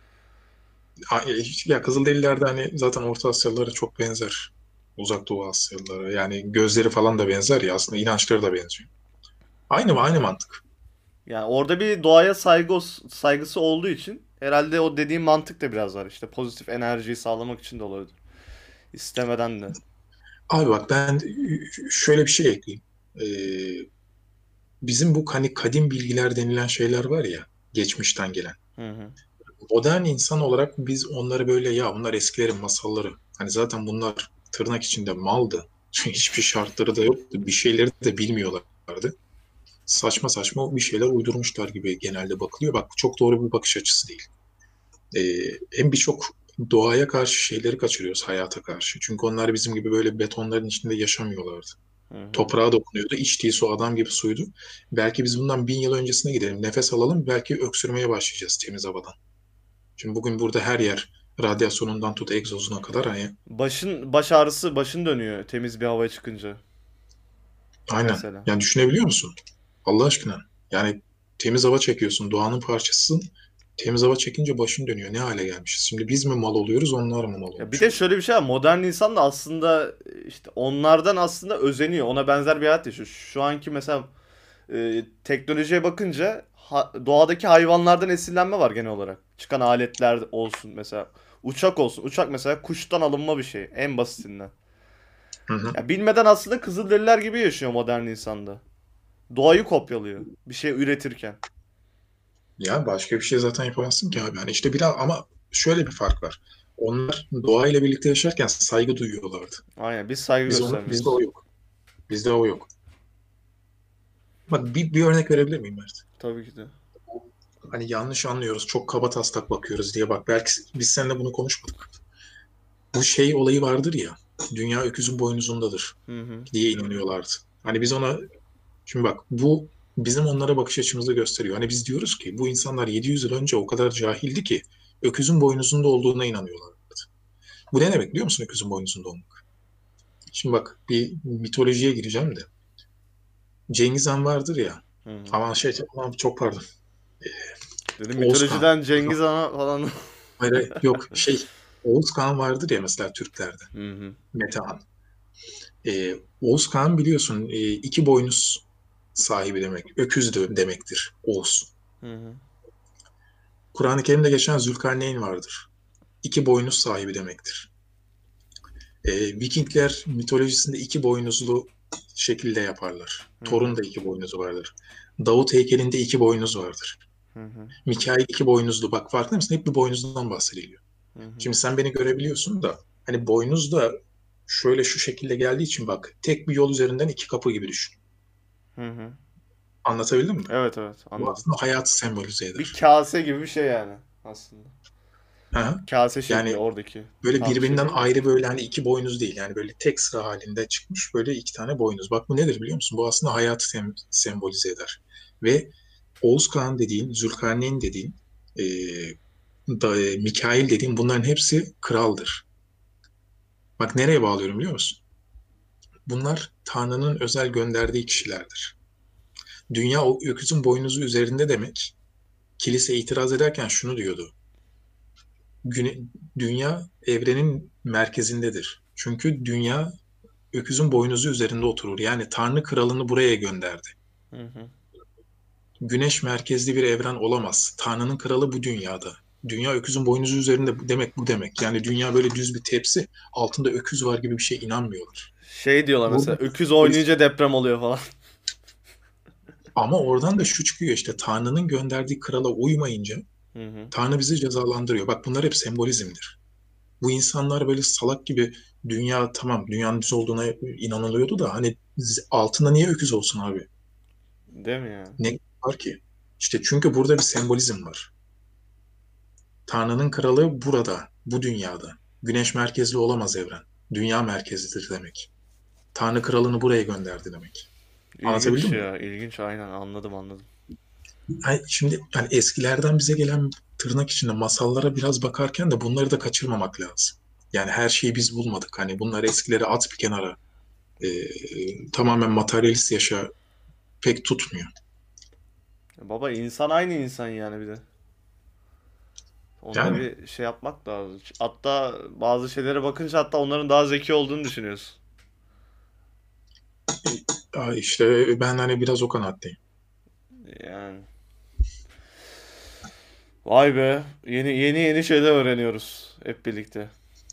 Ya Kızılderililer de hani zaten Orta Asyalılara çok benzer. Uzak Doğu Asyalılara. Yani gözleri falan da benzer ya, aslında inançları da benziyor. Aynı mı? Aynı mantık. Yani orada bir doğaya saygısı olduğu için herhalde o dediğim mantık da biraz var. İşte pozitif enerjiyi sağlamak için de olabilir. İstemeden de. Abi bak ben şöyle bir şey ekleyeyim. Ee, bizim bu hani kadim bilgiler denilen şeyler var ya, geçmişten gelen. Hı hı. Modern insan olarak biz onları böyle ya bunlar eskilerin masalları. Hani zaten bunlar tırnak içinde maldı. Çünkü hiçbir şartları da yoktu. Bir şeyleri de bilmiyorlardı. Saçma saçma bir şeyler uydurmuşlar gibi genelde bakılıyor. Bak bu çok doğru bir bakış açısı değil. Hem birçok doğaya karşı şeyleri kaçırıyoruz, hayata karşı. Çünkü onlar bizim gibi böyle betonların içinde yaşamıyorlardı. Hı hı. Toprağa dokunuyordu. İçtiği su adam gibi suydu. Belki biz bundan 1000 yıl öncesine gidelim. Nefes alalım. Belki öksürmeye başlayacağız temiz havadan. Şimdi bugün burada her yer radyasyonundan tut egzozuna kadar hani Baş ağrısı başın dönüyor temiz bir havaya çıkınca. Aynen. mesela. Yani düşünebiliyor musun? Allah aşkına. Yani temiz hava çekiyorsun. Doğanın parçasısın. Temiz hava çekince başın dönüyor. Ne hale gelmişiz? Şimdi biz mi mal oluyoruz, onlar mı mal Ya bir olmuş de oluyor? şöyle bir şey var. Modern insan da aslında işte onlardan aslında özeniyor. Ona benzer bir hayat yaşıyor. Şu anki mesela teknolojiye bakınca doğadaki hayvanlardan esinlenme var genel olarak. Çıkan aletler olsun mesela. Uçak olsun. Uçak mesela kuştan alınma bir şey. En basitinden. Hı hı. Ya bilmeden aslında Kızılderililer gibi yaşıyor modern insanda. Doğayı kopyalıyor. Bir şey üretirken. Ya başka bir şey zaten yapamazsın ki abi. Yani işte biraz ama şöyle bir fark var. Onlar doğayla birlikte yaşarken saygı duyuyorlardı. Aynen biz saygı Bizde o göstermiyoruz. yok. Bizde o yok. Bak bir örnek verebilir miyim Mert? Tabii ki de. Hani yanlış anlıyoruz, çok kaba taslak bakıyoruz diye bak. Belki biz seninle bunu konuşmadık. Bu şey olayı vardır ya, dünya öküzün boynuzundadır Hı hı. diye inanıyorlardı. Hani biz ona, şimdi bak bu bizim onlara bakış açımızı gösteriyor. Hani biz diyoruz ki bu insanlar 700 yıl önce o kadar cahildi ki öküzün boynuzunda olduğuna inanıyorlardı. Bu ne demek biliyor musun öküzün boynuzunda olmak? Şimdi bak bir mitolojiye gireceğim de. Cengiz Han vardır ya, Hı hı. aman şey, aman çok pardon. Dedim Oğuz Kağan. mitolojiden Cengiz Han'a falan. Hayır, hayır, yok şey, Oğuz Kağan vardır ya mesela Türklerde. Hı hı. Metehan. Oğuz Kağan biliyorsun iki boynuz sahibi demek. Öküz de demektir Oğuz. Hı hı. Kur'an-ı Kerim'de geçen Zülkarneyn vardır. İki boynuz sahibi demektir. Vikingler mitolojisinde iki boynuzlu şekilde yaparlar. Hı hı. Thor'un da iki boynuzu vardır. Davut heykelinde iki boynuz vardır. Hı hı. Mikail iki boynuzlu. Bak farkında mısın? Hep bir boynuzdan bahsediliyor. Hı hı. Şimdi sen beni görebiliyorsun da hani boynuz da şöyle şu şekilde geldiği için bak tek bir yol üzerinden iki kapı gibi düşün. Hı hı. Anlatabildim mi? Evet evet Bu anladım. aslında hayatı sembolize Bir eder. kase gibi bir şey yani aslında. Ha? Kase şekli Yani oradaki. böyle Tam bir şey birbirinden değil de. ayrı böyle hani iki boynuz değil. Yani böyle tek sıra halinde çıkmış böyle iki tane boynuz. Bak bu nedir biliyor musun? Bu aslında hayatı sembolize eder. Ve Oğuz Kağan dediğin, Zülkarneyn dediğin, e, Mikail dediğin bunların hepsi kraldır. Bak nereye bağlıyorum biliyor musun? Bunlar Tanrı'nın özel gönderdiği kişilerdir. Dünya o öküzün boynuzu üzerinde demek. Kilise itiraz ederken şunu diyordu. Güne, dünya evrenin merkezindedir. Çünkü dünya öküzün boynuzu üzerinde oturur. Yani Tanrı kralını buraya gönderdi. Hı hı. Güneş merkezli bir evren olamaz. Tanrı'nın kralı bu dünyada. Dünya öküzün boynuzu üzerinde demek bu demek. Yani dünya böyle düz bir tepsi, altında öküz var gibi bir şey inanmıyorlar. Şey diyorlar mesela Burada öküz polis oynayınca deprem oluyor falan. ama oradan da şu çıkıyor işte Tanrı'nın gönderdiği krala uymayınca Hı hı. Tanrı bizi cezalandırıyor. Bak bunlar hep sembolizmdir. Bu insanlar böyle salak gibi dünya tamam dünyanın düz olduğuna inanılıyordu da hani altında niye öküz olsun abi? Değil mi yani? Ne var ki? İşte çünkü burada bir sembolizm var. Tanrı'nın kralı burada, bu dünyada. Güneş merkezli olamaz evren. Dünya merkezlidir demek. Tanrı kralını buraya gönderdi demek. İlginç Anlatabildim mi? ya. İlginç aynen anladım anladım. Şimdi hani eskilerden bize gelen tırnak içinde masallara biraz bakarken de bunları da kaçırmamak lazım. Yani her şeyi biz bulmadık. Hani bunlar eskileri at bir kenara. Tamamen materyalist yaşa pek tutmuyor. Baba insan aynı insan yani bir de. Onu da Yani bir şey yapmak lazım. Hatta bazı şeylere bakınca hatta onların daha zeki olduğunu düşünüyorsun. işte ben hani biraz o kanaatteyim. Yani vay be. Yeni yeni yeni şeyler öğreniyoruz hep birlikte.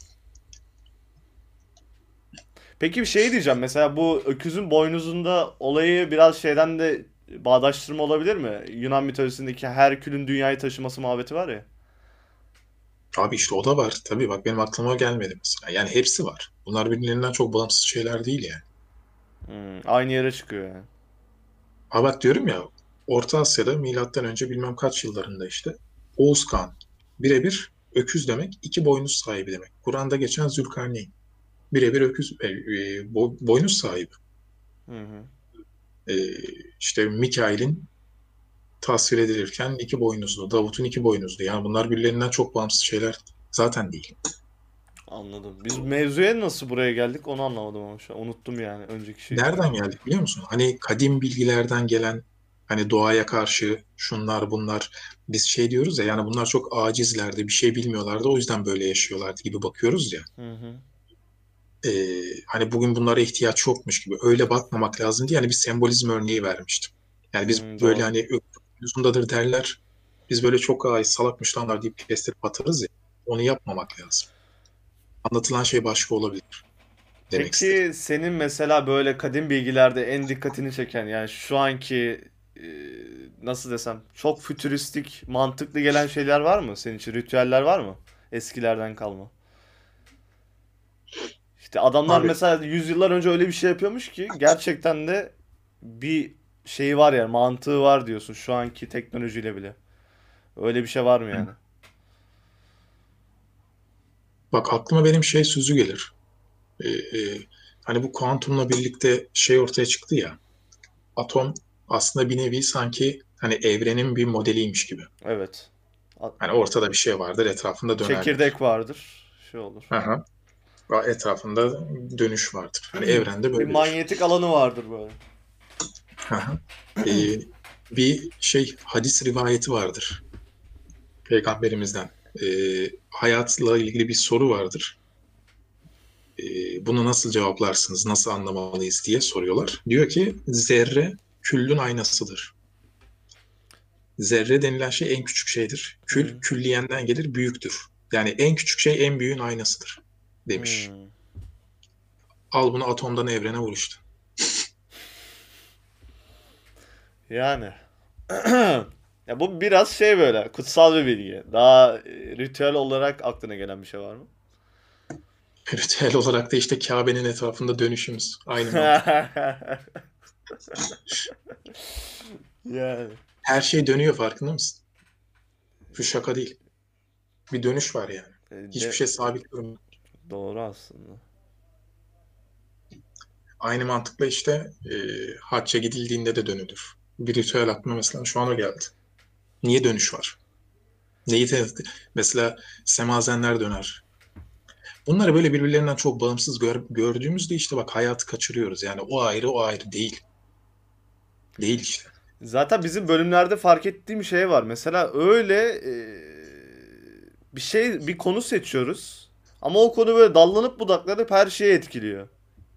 Peki bir şey diyeceğim. Mesela bu öküzün boynuzunda olayı biraz şeyden de bağdaştırma olabilir mi? Yunan mitolojisindeki Herkül'ün dünyayı taşıması muhabbeti var ya. Abi işte o da var. Tabii bak benim aklıma gelmedi mesela. Yani hepsi var. Bunlar birbirlerinden çok bağımsız şeyler değil yani. Aynı yere çıkıyor yani. Ha bak diyorum ya Orta Asya'da milattan önce bilmem kaç yıllarında işte Oğuz Kağan birebir öküz demek, iki boynuz sahibi demek. Kur'an'da geçen Zülkarneyn birebir öküz boynuz sahibi. Hı hı. E, işte Mikail'in tasvir edilirken iki boynuzlu, Davut'un iki boynuzlu. Yani bunlar birbirlerinden çok bağımsız şeyler zaten değil. Anladım. Biz mevzuya nasıl buraya geldik onu anlamadım ama şu an unuttum yani önceki şeyi. Nereden geldik biliyor musun? Hani kadim bilgilerden gelen hani doğaya karşı şunlar bunlar biz şey diyoruz ya yani bunlar çok acizlerdi bir şey bilmiyorlardı o yüzden böyle yaşıyorlardı gibi bakıyoruz ya. Hı hı. Hani bugün bunlara ihtiyaç yokmuş gibi öyle bakmamak lazım diye yani bir sembolizm örneği vermiştim. Yani biz böyle Doğru. hani yüzündedir derler. Biz böyle çok ay salakmış lanlar deyip kestirip atarız ya. Onu yapmamak lazım. Anlatılan şey başka olabilir demek istedim. Peki senin mesela böyle kadim bilgilerde en dikkatini çeken yani şu anki e, nasıl desem çok fütüristik, mantıklı gelen şeyler var mı? Senin için ritüeller var mı? Eskilerden kalma. İşte adamlar Abi mesela yüzyıllar önce öyle bir şey yapıyormuş ki gerçekten de bir şeyi var yani mantığı var diyorsun şu anki teknolojiyle bile. Öyle bir şey var mı yani? bak aklıma benim şey sözü gelir. Hani bu kuantumla birlikte şey ortaya çıktı ya. Atom aslında bir nevi sanki hani evrenin bir modeliymiş gibi. Evet. A- Hani ortada bir şey vardır, etrafında dönerler. Çekirdek vardır. Şey olur. Aha. Etrafında dönüş vardır. Hani evrende Bir böyledir. manyetik alanı vardır böyle. Aha. Ee, bir şey hadis rivayeti vardır peygamberimizden. Hayatla ilgili bir soru vardır. Bunu nasıl cevaplarsınız, nasıl anlamalıyız diye soruyorlar. Diyor ki zerre küllün aynasıdır. Zerre denilen şey en küçük şeydir. Kül, Hı. külliyenden gelir, büyüktür. Yani en küçük şey en büyüğün aynasıdır demiş. Hmm. Al bunu atomdan evrene vur işte. Yani. Ya bu biraz şey böyle kutsal bir bilgi. Daha ritüel olarak aklına gelen bir şey var mı? Ritüel olarak da işte Kabe'nin etrafında dönüşümüz. Aynı mantık. Yani. Her şey dönüyor farkında mısın? Şu şaka değil. Bir dönüş var yani. Hiçbir De şey sabit durmuyor. doğru aslında. Aynı mantıkla işte hacca gidildiğinde de dönülür. Bir ritüel aklıma mesela şu an o geldi. Niye dönüş var? Neyi mesela semazenler döner. Bunları böyle birbirlerinden çok bağımsız gördüğümüzde işte bak hayatı kaçırıyoruz. Yani o ayrı o ayrı değil. Değil işte. Zaten bizim bölümlerde fark ettiğim şey var. Mesela öyle bir şey bir konu seçiyoruz. Ama o konu böyle dallanıp budaklanıp her şeyi etkiliyor.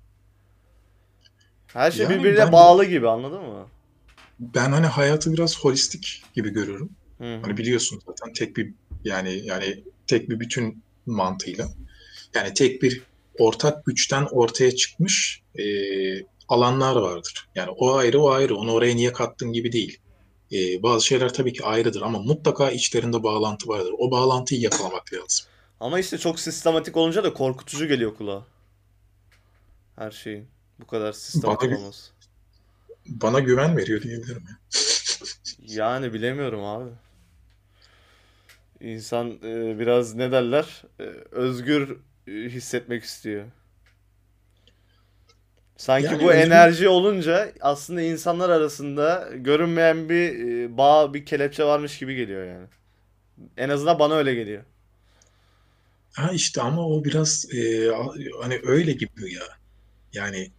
Her şey Yani birbirine ben bağlı gibi anladın mı? ben hani hayatı biraz holistik gibi görüyorum. Hı Hani hı. biliyorsun zaten tek bir yani tek bir bütün mantığıyla. Yani tek bir ortak güçten ortaya çıkmış alanlar vardır. Yani o ayrı o ayrı. Onu oraya niye kattın gibi değil. Bazı şeyler tabii ki ayrıdır ama mutlaka içlerinde bağlantı vardır. O bağlantıyı yakalamak lazım. Ama işte çok sistematik olunca da korkutucu geliyor kulağa. Her şeyin bu kadar sistematik Bana olması. bana güven veriyor diyebilirim ya. Yani bilemiyorum abi. İnsan biraz ne derler? Özgür hissetmek istiyor. Sanki Yani bu özgür enerji olunca aslında insanlar arasında görünmeyen bir bağ, bir kelepçe varmış gibi geliyor yani. En azından bana öyle geliyor. ha işte ama o biraz hani öyle gibi ya. Yani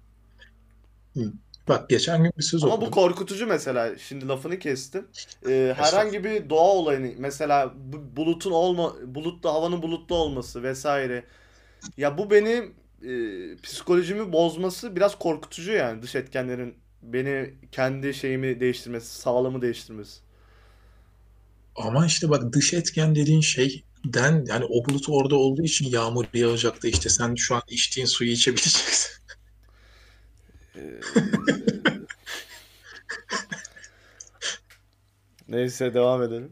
bak geçen gün bir söz Ama bu okudum. korkutucu mesela. Şimdi lafını kestim. Herhangi Estağfurullah. bir doğa olayını mesela bulutlu havanın bulutlu olması vesaire. Ya bu benim psikolojimi bozması biraz korkutucu yani dış etkenlerin beni kendi şeyimi değiştirmesi, sağlığımı değiştirmesi. Ama işte bak dış etken dediğin şeyden yani o bulut orada olduğu için yağmur yağacak da işte sen şu an içtiğin suyu içebileceksin. Ee, Neyse devam edelim.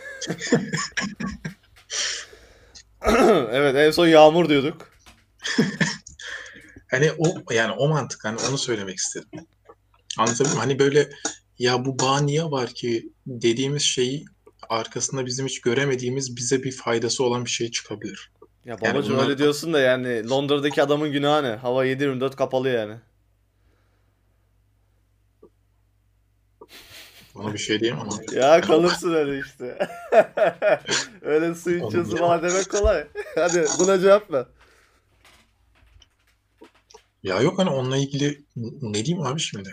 Evet en son yağmur diyorduk. Hani o yani o mantık hani onu söylemek istedim. Anlatabiliyor muyum? Hani böyle ya bu bağ niye var ki dediğimiz şeyi arkasında bizim hiç göremediğimiz bize bir faydası olan bir şey çıkabilir. Ya Yani babacım bunlar öyle diyorsun da yani Londra'daki adamın günahı ne? Hava 7/24 kapalı yani. Ona bir şey diyemem ama. Ya Yani kalırsın öyle işte. Öyle su onu içiyorsun diyemem. falan demek kolay. Hadi buna cevap ver. Ya yok hani onunla ilgili ne diyeyim abi şimdi?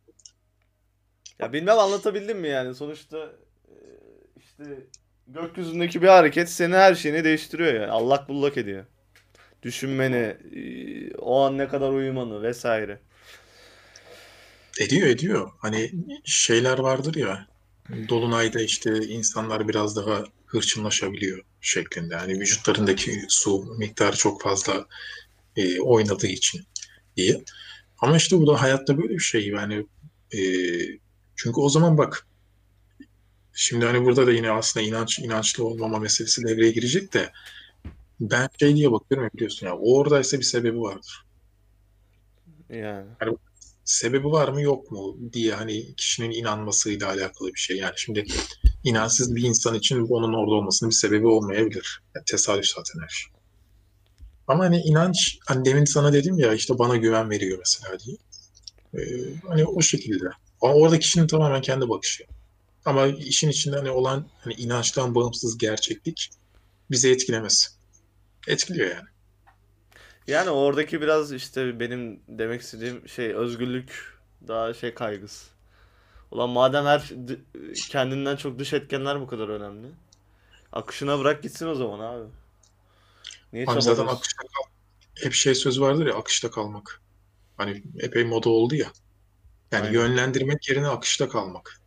Ya bilmem anlatabildim mi yani? Sonuçta e, işte gökyüzündeki bir hareket senin her şeyini değiştiriyor yani. Allak bullak ediyor. Düşünmeni, o an ne kadar uyumanı vesaire. Ediyor ediyor. Hani şeyler vardır ya. Dolunayda işte insanlar biraz daha hırçınlaşabiliyor şeklinde. Hani vücutlarındaki su miktarı çok fazla oynadığı için diye. Ama işte bu da hayatta böyle bir şey. Yani e, çünkü o zaman bak şimdi hani burada da yine aslında inançlı olmama meselesi devreye girecek de ben şey diye bakıyorum ya biliyorsun ya o oradaysa bir sebebi vardır. Yani. Hani sebebi var mı yok mu diye hani kişinin inanmasıyla alakalı bir şey. Yani şimdi İnansız bir insan için onun orada olmasının bir sebebi olmayabilir. Yani tesadüf zaten her şey. Ama hani inanç, hani demin sana dedim ya işte bana güven veriyor mesela diye. Hani o şekilde. Ama orada kişinin tamamen kendi bakışı. Ama işin içinde hani olan hani inançtan bağımsız gerçeklik bizi etkilemez. Etkiliyor yani. Yani oradaki biraz işte benim demek istediğim şey özgürlük daha şey kaygısı. Ulan madem kendinden çok dış etkenler bu kadar önemli. Akışına bırak gitsin o zaman abi. Niye Abi zaten çabalıyorsun? akışta hep şey söz vardır ya akışta kalmak. Hani epey moda oldu ya. Yani Aynen. yönlendirmek yerine akışta kalmak.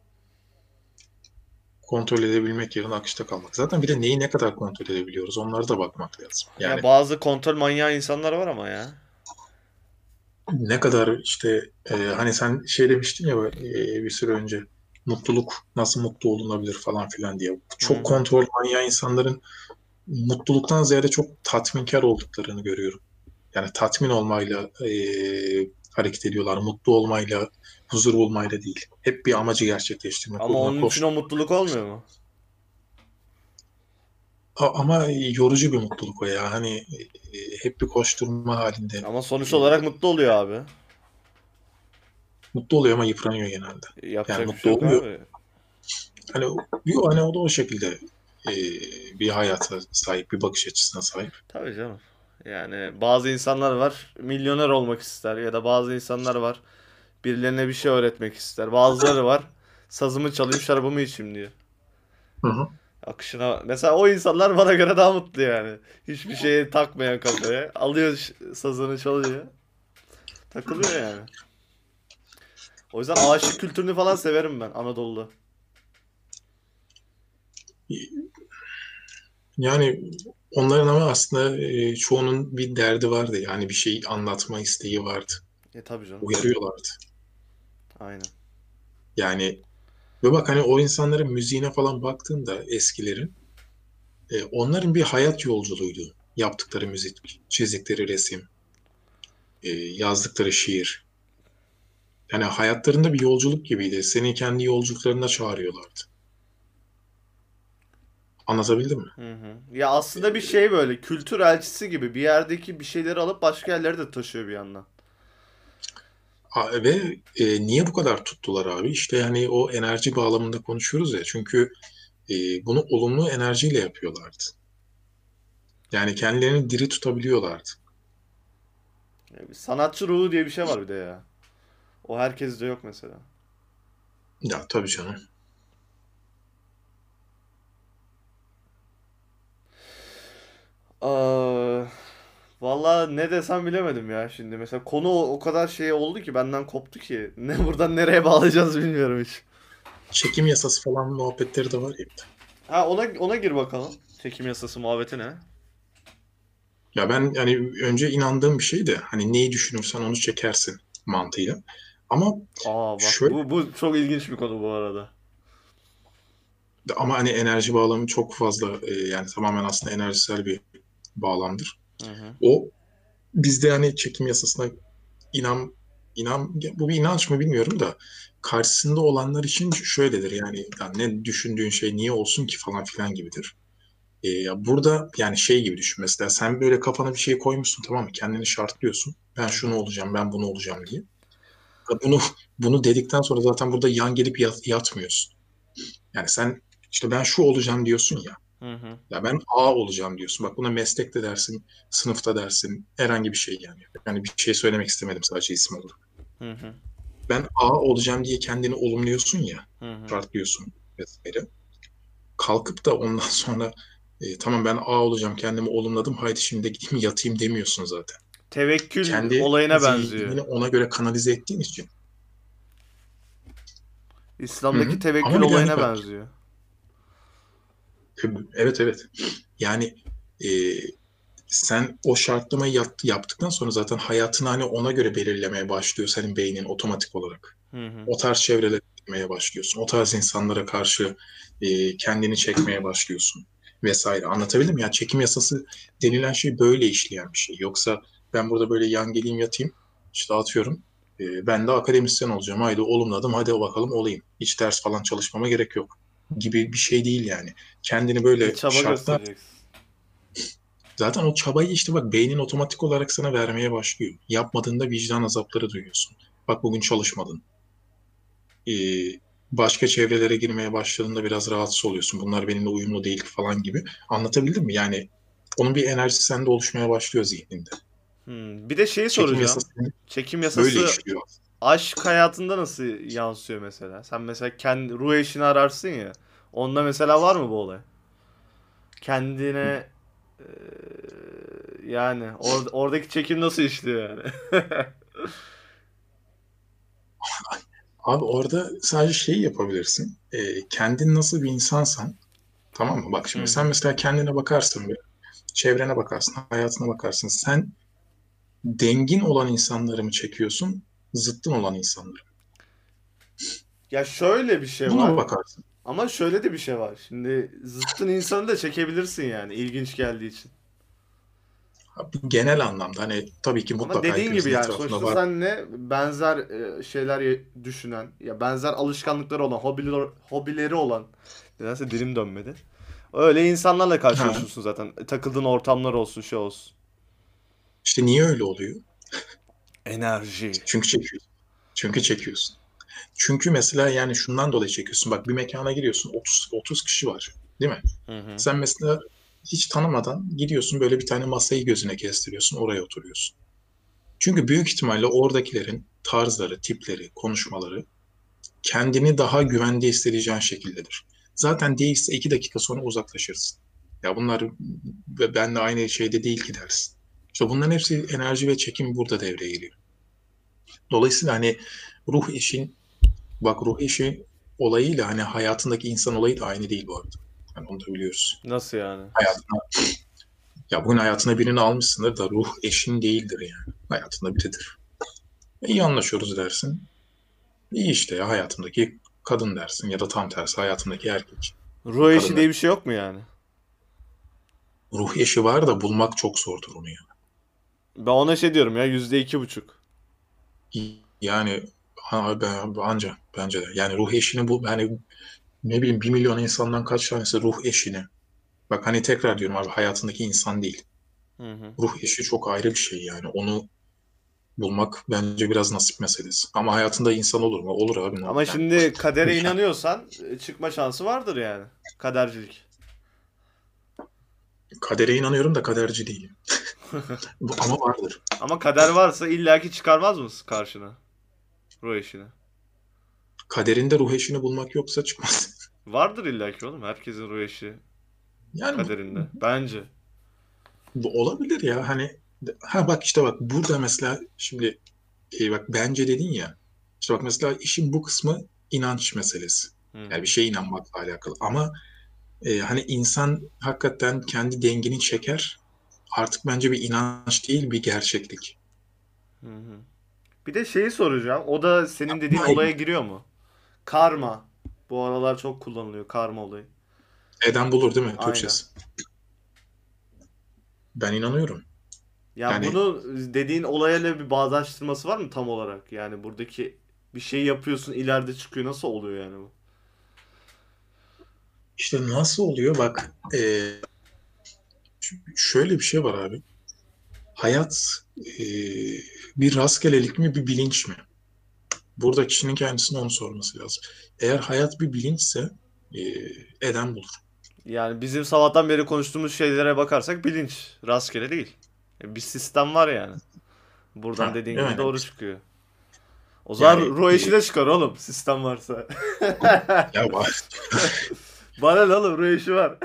Kontrol edebilmek yerine akışta kalmak. Zaten bir de neyi ne kadar kontrol edebiliyoruz onlara da bakmak lazım. Ya Yani bazı kontrol manyağı insanlar var ama ya. ne kadar işte hani sen şey demiştin ya bir süre önce mutluluk nasıl mutlu olunabilir falan filan diye. Hı Çok hı. kontrol manyağı insanların mutluluktan ziyade çok tatminkar olduklarını görüyorum. Yani tatmin olmayla hareket ediyorlar. Mutlu olmayla, huzur bulmayla değil. Hep bir amacı gerçekleştirmek Ama uğruna onun için o koşturmak. mutluluk olmuyor mu? Ama yorucu bir mutluluk o ya. Hani hep bir koşturma halinde. Ama sonuç E, olarak mutlu oluyor abi. mutlu oluyor ama yıpranıyor genelde. Yani Yapacak bir şey mutlu yok oluyor. abi. Hani yok hani o da o şekilde e, bir hayata sahip, bir bakış açısına sahip. Tabii canım. Yani bazı insanlar var milyoner olmak ister ya da bazı insanlar var birilerine bir şey öğretmek ister. Bazıları var sazımı çalayım şarabımı içeyim diyor. Hı hı. Akışına mesela o insanlar bana göre daha mutlu yani. Hiçbir şeye takmayan kafaya. Alıyor sazını çalıyor. Takılıyor yani. O yüzden aşık kültürünü falan severim ben Anadolu'da. Yani onların ama aslında çoğunun bir derdi vardı. Yani bir şey anlatma isteği vardı. Tabii canım. Uyarıyorlardı. Aynen. Yani ve bak hani o insanların müziğine falan baktığında eskilerin onların bir hayat yolculuğuydu. Yaptıkları müzik, çizdikleri resim, yazdıkları şiir. Yani hayatlarında bir yolculuk gibiydi. Seni kendi yolculuklarına çağırıyorlardı. Anlatabildim mi? Hı hı. Ya aslında bir şey böyle kültür elçisi gibi bir yerdeki bir şeyleri alıp başka yerlere de taşıyor bir yandan. Ve niye bu kadar tuttular abi? İşte yani o enerji bağlamında konuşuyoruz ya. Çünkü bunu olumlu enerjiyle yapıyorlardı. Yani kendilerini diri tutabiliyorlardı. Bir sanatçı ruhu diye bir şey var bir de ya. O herkeste yok mesela. Ya tabii canım. Aa, vallahi ne desem bilemedim ya şimdi. Mesela konu o kadar şey oldu ki benden koptu ki. Ne buradan nereye bağlayacağız bilmiyorum hiç. Çekim yasası falan muhabbetleri de var ya. Ha ona gir bakalım. Çekim yasası muhabbeti ne? Ya ben yani önce inandığım bir şey de hani neyi düşünürsen onu çekersin mantığıyla. Ama Aa bak şöyle bu çok ilginç bir konu bu arada. ama hani enerji bağlamı çok fazla yani tamamen aslında enerjisel bir bağlamdır. Hı hı. O bizde yani çekim yasasına inan bu bir inanç mı bilmiyorum da karşısında olanlar için şöyledir yani, yani ne düşündüğün şey niye olsun ki falan filan gibidir. Ya burada yani şey gibi düşün mesela sen böyle kafana bir şey koymuşsun tamam mı kendini şartlıyorsun ben Hı şunu hı. olacağım ben bunu olacağım diye. Bunu bunu dedikten sonra zaten burada yan gelip yatmıyorsun. Yani sen işte ben şu olacağım diyorsun ya. Hı hı. Ya ben A olacağım diyorsun. Bak buna meslekte dersin, sınıfta dersin, herhangi bir şey yani. Yani bir şey söylemek istemedim sadece isim olarak. Hı hı. Ben A olacağım diye kendini olumluyorsun ya, Hı hı. şartlıyorsun vesaire. Kalkıp da ondan sonra tamam ben A olacağım kendimi olumladım haydi şimdi de gideyim yatayım demiyorsun zaten. Tevekkül Kendi olayına benziyor. zihnini ona göre kanalize ettiğin için. Hı İslam'daki hı. tevekkül Ama bir de hani olayına bak benziyor. evet evet yani e, sen o şartlamayı yaptıktan sonra zaten hayatını hani ona göre belirlemeye başlıyor senin beynin otomatik olarak. Hı hı. O tarz çevrelere gitmeye başlıyorsun. O tarz insanlara karşı kendini çekmeye başlıyorsun vesaire. Anlatabildim mi? Yani çekim yasası denilen şey böyle işleyen bir şey. Yoksa ben burada böyle yan geleyim yatayım işte atıyorum ben de akademisyen olacağım. Haydi olumladım hadi bakalım olayım. Hiç ders falan çalışmama gerek yok gibi bir şey değil yani. Kendini Bir böyle çaba şartlar göstereceksin. zaten o çabayı işte bak beynin otomatik olarak sana vermeye başlıyor. Yapmadığında vicdan azapları duyuyorsun. Bak bugün çalışmadın. Ee, Başka çevrelere girmeye başladığında biraz rahatsız oluyorsun. Bunlar benimle uyumlu değil falan gibi. Anlatabildim mi? Yani onun bir enerjisi sende oluşmaya başlıyor zihninde. Bir de şeyi Çekim soracağım. yasası Çekim böyle yasası işliyor. aşk hayatında nasıl yansıyor mesela? Sen mesela kendi ruh eşini ararsın ya. Onda mesela var mı bu olay? Kendine eee, yani oradaki çekim nasıl işliyor yani? Abi orada sadece şeyi yapabilirsin. Kendin nasıl bir insansan tamam mı? Bak Hı şimdi sen hı. mesela kendine bakarsın bir. Çevrene bakarsın, hayatına bakarsın. Sen dengin olan insanları mı çekiyorsun, zıttın olan insanları mı? Ya şöyle bir şey Buna var. bakarsın. Ama şöyle de bir şey var. Şimdi zıttın insanı da çekebilirsin yani ilginç geldiği için. Bu genel anlamda hani tabii ki Ama mutlaka dediğin gibi hepimizin yani etrafında sonuçta var. senle benzer şeyler düşünen, ya benzer alışkanlıkları olan, hobileri olan, nedense dilim dönmedi. Öyle insanlarla Ha, karşılaşıyorsun zaten. Takıldığın ortamlar olsun, şey olsun. işte niye öyle oluyor? Enerji. Çünkü çekiyorsun. Çünkü çekiyorsun. Çünkü mesela yani şundan dolayı çekiyorsun. Bak bir mekana giriyorsun 30 kişi var. Değil mi? Hı hı. Sen mesela hiç tanımadan gidiyorsun böyle bir tane masayı gözüne kestiriyorsun. Oraya oturuyorsun. Çünkü büyük ihtimalle oradakilerin tarzları, tipleri, konuşmaları kendini daha güvende hissedeceğin şekildedir. Zaten değilse 2 dakika sonra uzaklaşırsın. Ya bunlar benle aynı şeyde değil ki dersin. İşte bunların hepsi enerji ve çekim burada devreye giriyor. Dolayısıyla hani ruh işin, bak ruh işi olayıyla hani hayatındaki insan olayı da aynı değil bu arada. Yani onu da biliyoruz. Nasıl yani? Hayatına, ya bugün hayatına birini almışsındır da ruh eşin değildir yani. Hayatında biridir. İyi anlaşıyoruz dersin. İyi işte ya hayatımdaki kadın dersin ya da tam tersi hayatımdaki erkek. Ruh eşi Kadınla diye bir şey yok mu yani? ruh eşi var da bulmak çok zordur onu ya. Ben ona şey diyorum ya, %2,5. Yani anca bence de. Yani ruh eşini bu yani ne bileyim 1 milyon insandan kaç tanesi ruh eşini. Bak hani tekrar diyorum abi hayatındaki insan değil. Hı hı. Ruh eşi çok ayrı bir şey yani. Onu bulmak bence biraz nasip meselesi. Ama hayatında insan olur mu? Olur abi ne Ama yani. şimdi kadere Yani inanıyorsan çıkma şansı vardır yani. Kadercilik. kadere inanıyorum da kaderci değilim. Ama vardır. Ama kader varsa illaki çıkarmaz mısın karşına ruh eşini? Kaderinde ruh eşini bulmak yoksa çıkmaz. Vardır illaki oğlum. Herkesin ruh eşi Yani kaderinde. Bence. bu olabilir ya hani ha bak işte bak burada mesela şimdi bak bence dedin ya işte bak mesela işin bu kısmı inanç meselesi. Hı Yani bir hı. şeye inanmakla alakalı ama hani insan hakikaten kendi dengini çeker artık bence bir inanç değil bir gerçeklik. Hı hı. Bir de şeyi soracağım. O da senin Bunu dediğin olaya ayırt giriyor mu? Karma. Bu aralar çok kullanılıyor karma olayı. eden bulur değil mi Aynen. Türkçesi? Ben inanıyorum. Ya Yani bunu dediğin olayla bir bağdaştırması var mı tam olarak? Yani buradaki bir şey yapıyorsun ileride çıkıyor. Nasıl oluyor yani bu? işte nasıl oluyor bak şöyle bir şey var abi. Hayat e, bir rastgelelik mi bir bilinç mi? Burada kişinin kendisine onu sorması lazım. Eğer hayat bir bilinçse e, eden bulur. Yani bizim sabahtan beri konuştuğumuz şeylere bakarsak bilinç rastgele değil. Bir sistem var yani. Buradan Ha, dediğin gibi yani doğru çıkıyor. O zaman yani ruh eşi de çıkar oğlum sistem varsa. ya var. Bana ne oğlum ruh eşi var.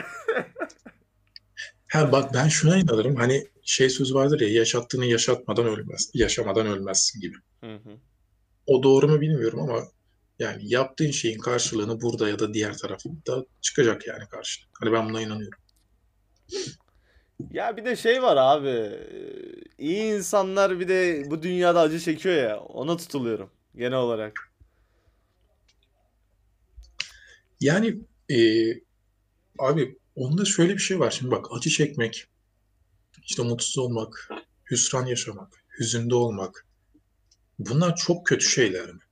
Ha bak ben şuna inanırım. Hani şey söz vardır ya, yaşattığını yaşatmadan ölmez, yaşamadan ölmezsin gibi. Hı hı. O doğru mu bilmiyorum ama yani yaptığın şeyin karşılığını burada ya da diğer tarafında çıkacak yani karşılık. Hani ben buna inanıyorum. Ya bir de şey var abi. İyi insanlar bir de bu dünyada acı çekiyor ya. Ona tutuluyorum genel olarak. Yani e, abi onda şöyle bir şey var. Şimdi bak, acı çekmek, işte mutsuz olmak, hüsran yaşamak, hüzünde olmak, bunlar çok kötü şeyler mi?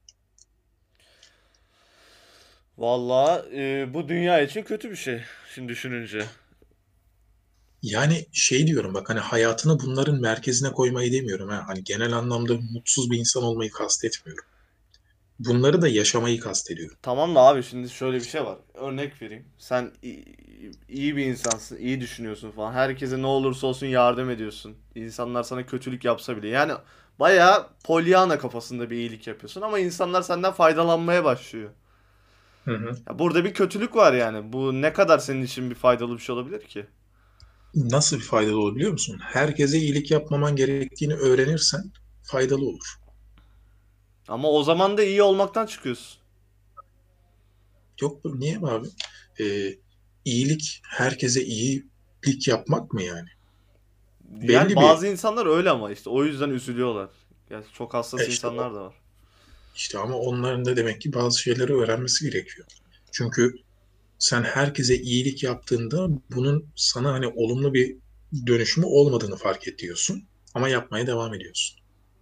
Vallahi bu dünya için kötü bir şey. Şimdi düşününce. Yani şey diyorum bak, hani hayatını bunların merkezine koymayı demiyorum ha. Hani genel anlamda mutsuz bir insan olmayı kastetmiyorum. Bunları da yaşamayı kastediyorum. Tamam da abi şimdi şöyle bir şey var. Örnek vereyim. Sen iyi bir insansın, iyi düşünüyorsun falan. Herkese ne olursa olsun yardım ediyorsun. İnsanlar sana kötülük yapsa bile. Yani bayağı Pollyanna kafasında bir iyilik yapıyorsun ama insanlar senden faydalanmaya başlıyor. Hı hı. Ya burada bir kötülük var yani. Bu ne kadar senin için bir faydalı bir şey olabilir ki? Nasıl bir faydalı olur biliyor musun? Herkese iyilik yapmaman gerektiğini öğrenirsen faydalı olur. Ama o zaman da iyi olmaktan çıkıyorsun. Yok bu niye mi abi? İyilik herkese iyilik yapmak mı yani? Yani Belli bir bazı insanlar öyle ama işte o yüzden üzülüyorlar. Yani çok hassas işte insanlar da var. işte ama onların da demek ki bazı şeyleri öğrenmesi gerekiyor. Çünkü sen herkese iyilik yaptığında bunun sana hani olumlu bir dönüşümü olmadığını fark ediyorsun. Ama yapmaya devam ediyorsun.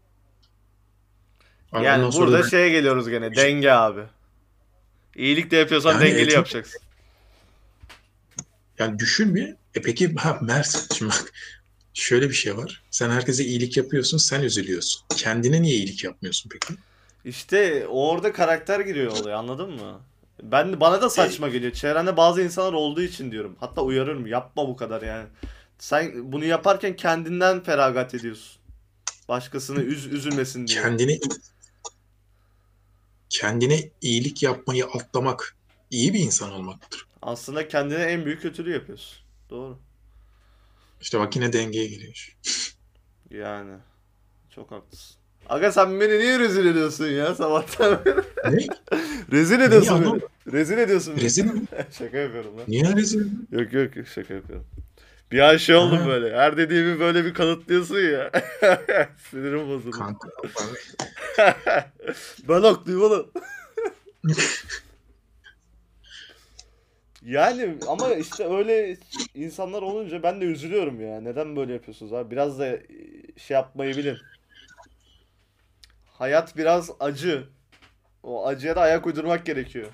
Yani ondan Yani sonra da burada ben şeye geliyoruz gene denge abi. İyilik de yapıyorsan yani dengeli tabii yapacaksın. yani düşün bir. Peki ha Mert, şimdi bak şöyle bir şey var. Sen herkese iyilik yapıyorsun, sen üzülüyorsun. Kendine niye iyilik yapmıyorsun peki? İşte orada karakter giriyor olaya anladın mı? Bana da E, saçma geliyor. Çevrende bazı insanlar olduğu için diyorum. Hatta uyarırım yapma bu kadar yani. Sen bunu yaparken kendinden feragat ediyorsun. Başkasını üzülmesin diye. kendine kendine iyilik yapmayı atlamak iyi bir insan olmaktır. Aslında kendine en büyük kötülüğü yapıyorsun. Doğru. İşte bak yine dengeye geliyor. Yani çok haklısın. Aga sen beni niye rezil ediyorsun ya sabahtan beri? Ne? Rezil Neyi ediyorsun beni. anlamadım. Rezil ediyorsun beni. Rezil mi? Şaka yapıyorum lan. Niye rezil? Yok yok yok, şaka yapıyorum. Bir an şey oldum Ha, böyle. Her dediğimi böyle bir kanıtlıyorsun ya. Sinirim bozuldu. kanka. Ben haklıyım oğlum. Yani ama işte öyle insanlar olunca ben de üzülüyorum ya. Neden böyle yapıyorsunuz abi? Biraz da şey yapmayı bilin. Hayat biraz acı. O acıya da ayak uydurmak gerekiyor.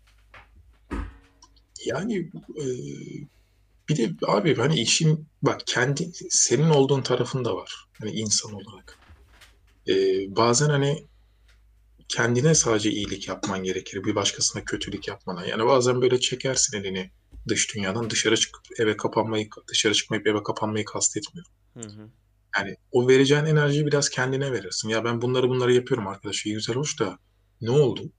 Yani e, bir de abi hani işin bak kendi senin olduğun tarafın da var. Hani insan olarak. E, bazen hani kendine sadece iyilik yapman gerekir. Bir başkasına kötülük yapmana. Yani bazen böyle çekersin elini dış dünyadan dışarı çıkıp eve kapanmayı, dışarı çıkmayıp eve kapanmayı kastetmiyorum. Hı hı. Yani o vereceğin enerjiyi biraz kendine verirsin. Ya ben bunları yapıyorum arkadaş. İyi güzel hoş da ne oldu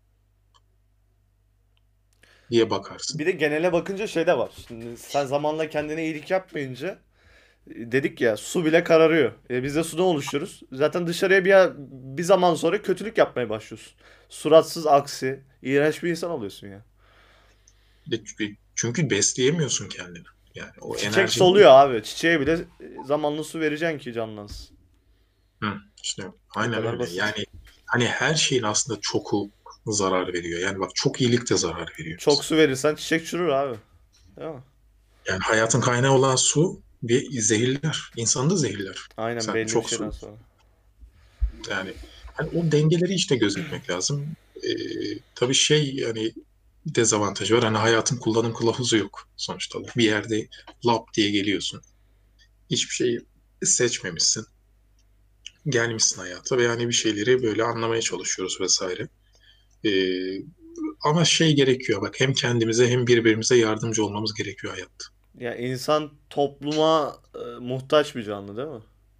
diye bakarsın. Bir de genele bakınca şey de var. Şimdi sen zamanla kendine iyilik yapmayınca dedik ya su bile kararıyor. Biz de sudan oluşuyoruz. Zaten dışarıya bir zaman sonra kötülük yapmaya başlıyorsun. Suratsız aksi, iğrenç bir insan oluyorsun ya. Çünkü besleyemiyorsun kendini. Yani o Çiçek enerjini soluyor abi. Çiçeğe bile zamanla su vereceksin ki canlansın. hı, işte Bu aynen kadar öyle. basit. Yani hani her şeyin aslında çoku zarar veriyor. Yani bak çok iyilik de zarar veriyor. Çok su verirsen çiçek çürür abi. Değil mi? Yani hayatın kaynağı olan su bir zehirler. İnsanı da zehirler. Aynen Sen belli bir çok şeyden su sonra. yani hani o dengeleri işte gözetmek lazım. Tabii şey yani dezavantajı var. Hani hayatın kullanım kılavuzu yok sonuçta. Bir yerde lap diye geliyorsun. Hiçbir şeyi seçmemişsin. gelmişsin hayata ve yani bir şeyleri böyle anlamaya çalışıyoruz vesaire. Ee, Ama şey gerekiyor bak, hem kendimize hem birbirimize yardımcı olmamız gerekiyor hayatta. Ya insan topluma muhtaç bir canlı değil mi?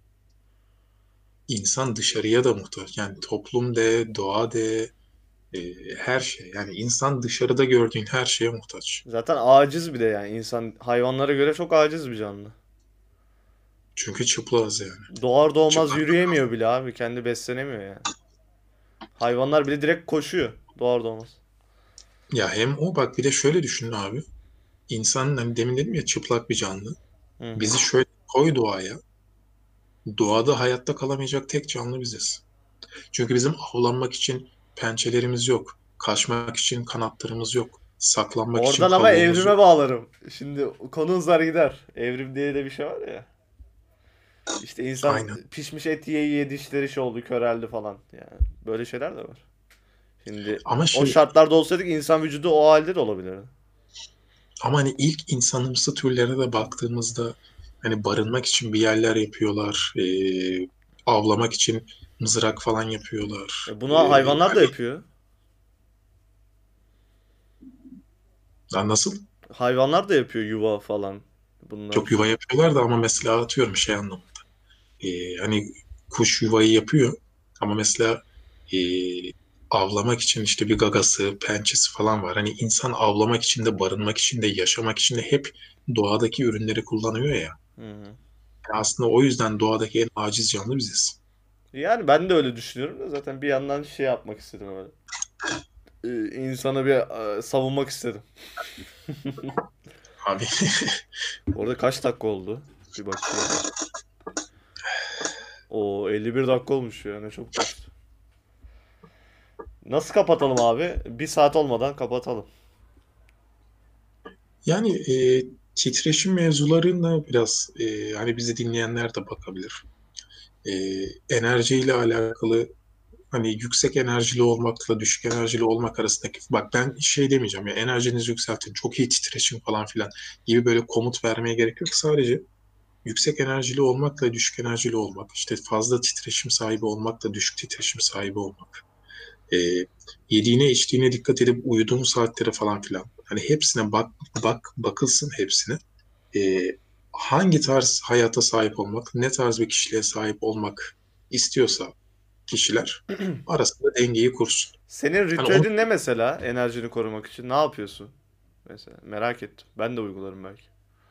İnsan dışarıya da muhtaç. Yani toplum de, doğa de, her şey. Yani insan dışarıda gördüğün her şeye muhtaç. Zaten aciz bir de yani insan hayvanlara göre çok aciz bir canlı. Çünkü çıplağız yani. Doğar doğmaz Çıplak. yürüyemiyor bile abi. Kendi beslenemiyor yani. Hayvanlar bile direkt koşuyor doğar doğmaz. Ya hem o bak, bir de şöyle düşün abi. İnsan hani demin dedim ya, çıplak bir canlı. Hı hı. Bizi şöyle koy doğaya. Doğada hayatta kalamayacak tek canlı biziz. Çünkü bizim avlanmak için pençelerimiz yok. Kaçmak için kanatlarımız yok. Saklanmak için Oradan ama kabuğumuz evrime yok. bağlarım. Şimdi konu uzar gider. Evrim diye de bir şey var ya. İşte insan Aynen. pişmiş et yiye yiye dişleri şey oldu, köreldi falan. Yani böyle şeyler de var. Şimdi Ama o şey, şartlarda olsaydık insan vücudu o halde de olabilirdi. ama hani ilk insanımsı türlere de baktığımızda hani barınmak için bir yerler yapıyorlar. Avlamak için mızrak falan yapıyorlar. Bunu hayvanlar da Hani yapıyor. nasıl? Hayvanlar da yapıyor yuva falan. Çok Bunlar. yuva yapıyorlar da, ama mesela atıyorum şey anlamında. Hani kuş yuvayı yapıyor ama mesela e, avlamak için işte bir gagası, pençesi falan var. Hani insan avlamak için de, barınmak için de, yaşamak için de hep doğadaki ürünleri kullanıyor ya. Hı hı. Yani aslında o yüzden doğadaki en aciz canlı biziz. Yani ben de öyle düşünüyorum da zaten bir yandan şey yapmak istedim öyle. İnsanı bir savunmak istedim. Abi Orada kaç dakika oldu? Bir bakayım. O 51 dakika olmuş ya ne çok geçti. Nasıl kapatalım abi? Bir saat olmadan kapatalım. yani titreşim mevzularına biraz hani bizi dinleyenler de bakabilir. E, Enerjiyle alakalı, hani yüksek enerjili olmakla düşük enerjili olmak arasındaki, bak ben şey demeyeceğim ya, enerjinizi yükseltin, çok iyi titreşim falan filan gibi böyle komut vermeye gerek yok. Sadece yüksek enerjili olmakla düşük enerjili olmak, işte fazla titreşim sahibi olmakla düşük titreşim sahibi olmak, e, yediğine içtiğine dikkat edip uyuduğun saatlere falan filan, hani hepsine bakılsın hepsine. E, Hangi tarz hayata sahip olmak, ne tarz bir kişiliğe sahip olmak istiyorsa kişiler arasında dengeyi kursun. Senin Hani onu, ritüelin ne mesela enerjini korumak için? Ne yapıyorsun? Mesela merak ettim. Ben de uygularım belki.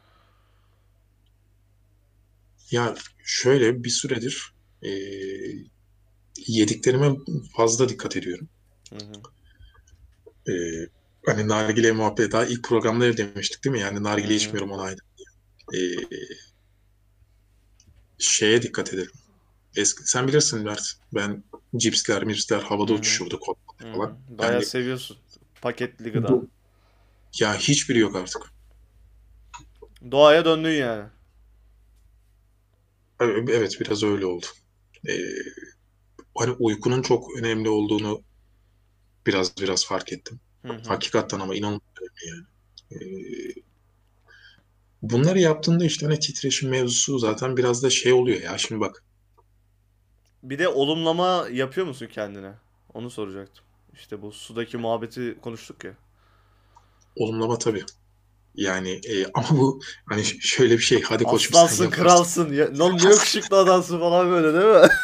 ya şöyle bir süredir yediklerime fazla dikkat ediyorum. Hı hı. E, Hani nargile muhabbeti daha ilk programda demiştik değil mi? Yani Hı nargile hı. içmiyorum, ona aynen. E, Şeye dikkat edelim. Sen bilirsin Mert. Ben cipsler havada Hı hı. uçuşurdu, kodlar Hı hı. falan. Bayağı Yani seviyorsun. Paketli gıda. bu, ya hiçbiri yok artık. Doğaya döndün yani. Evet, biraz öyle oldu. E, Hani uykunun çok önemli olduğunu biraz fark ettim. Hı hı. Hakikaten ama inanılmaz önemli yani. Ee, Bunları yaptığında işte hani titreşim mevzusu zaten biraz da şey oluyor ya. Şimdi bak, Bir de olumlama yapıyor musun kendine? Onu soracaktım. İşte bu sudaki muhabbeti konuştuk ya. olumlama tabii. Yani ama bu hani şöyle bir şey. Hadi koçum sen Aslansın, yaparsın. kralsın. Ya, lan ne yakışıklı adamsın falan böyle değil mi?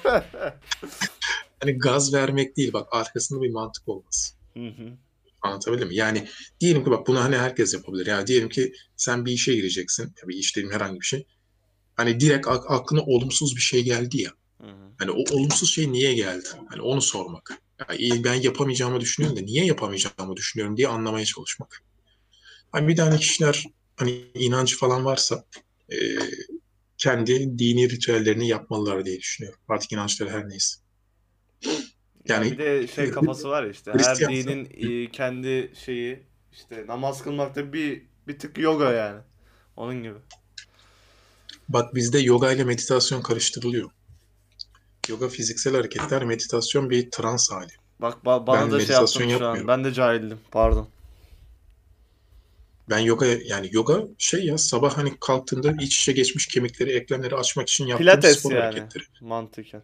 Hani gaz vermek değil, bak arkasında bir mantık olması. Hı hı. Anlatabildim mi? Yani diyelim ki bak, bunu hani herkes yapabilir. Yani diyelim ki sen bir işe gireceksin. Ya bir iş dediğim herhangi bir şey. Hani direkt aklına olumsuz bir şey geldi ya. Hı hı. Hani o olumsuz şey niye geldi? Hani onu sormak. Yani iyi, ben yapamayacağımı düşünüyorum da niye yapamayacağımı düşünüyorum diye anlamaya çalışmak. Hani bir tane kişiler hani inancı falan varsa e, kendi dini ritüellerini yapmalılar diye düşünüyorum. Artık inançları her neyse. Ya Yani bir de şey kafası var ya işte her Hristiyansa, dinin kendi şeyi işte namaz kılmak da bir tık yoga yani. Onun gibi. bak bizde yoga ile meditasyon karıştırılıyor. Yoga fiziksel hareketler, meditasyon bir trans hali. Bak Ben bana da şey meditasyon yaptın şu an. yapmıyorum. Ben de cahildim. Pardon. Ben yoga, yani yoga şey ya, sabah hani kalktığında iç içe geçmiş kemikleri, eklemleri açmak için yaptığımız Pilates spor yani hareketleri. mantıken.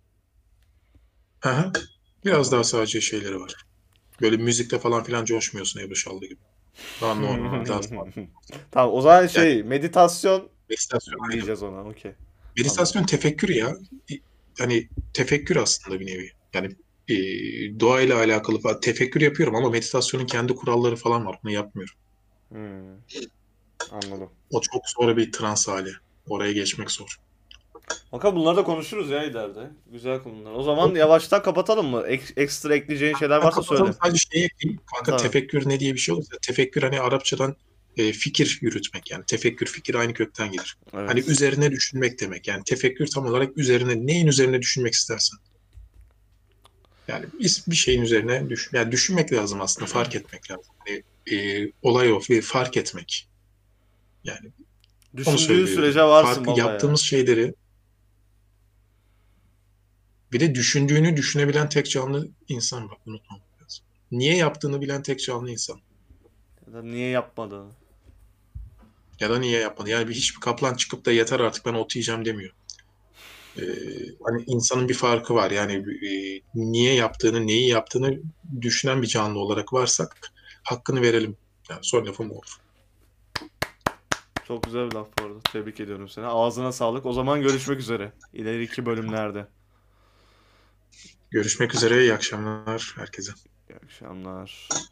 Aha. Biraz daha Anladım. sadece şeyleri var. Böyle müzikle falan filan coşmuyorsun Ebru Şallı gibi. Daha normal, daha sade. Tamam, o zaman Yani şey, meditasyon meditasyon ayrı. diyeceğiz ona. Okey. Anladım. Meditasyon tefekkür ya. Hani tefekkür aslında bir nevi. Yani doğayla alakalı falan tefekkür yapıyorum ama meditasyonun kendi kuralları falan var. Bunu yapmıyorum. Hmm, anladım. O çok sonra bir trans hali. Oraya geçmek zor. Bakalım, bunları da konuşuruz ya ileride. Güzel konular. O zaman yavaştan kapatalım mı? Ekstra ekleyeceğin şeyler Ben varsa kapatalım, söyle. sadece şeyi ekleyeyim. Kanka, Tabii. tefekkür ne diye bir şey olursa. Tefekkür hani Arapçadan fikir yürütmek yani. Tefekkür, fikir aynı kökten gelir. Hani Evet. üzerine düşünmek demek. Yani tefekkür tam olarak üzerine, neyin üzerine düşünmek istersen. Yani bir şeyin üzerine yani düşünmek lazım aslında, fark etmek lazım. Hani, olay o, bir fark etmek. Yani onu Düşündüğün sürece söyleyebilirim. varsın Farkı, baba ya. yaptığımız şeyleri, bir de düşündüğünü düşünebilen tek canlı insan, bak unutmamak lazım. Niye yaptığını bilen tek canlı insan. Ya da niye yapmadığını. Ya da niye yapmadı? Yani hiçbir kaplan çıkıp da yeter artık ben ot yiyeceğim demiyor. Ee, Hani insanın bir farkı var. Yani niye yaptığını, neyi yaptığını düşünen bir canlı olarak varsak hakkını verelim. Yani son lafım o olur. Çok güzel bir laf bu arada. Tebrik ediyorum seni. Ağzına sağlık. O zaman görüşmek üzere. İleriki bölümlerde. Görüşmek üzere. İyi akşamlar herkese. İyi akşamlar.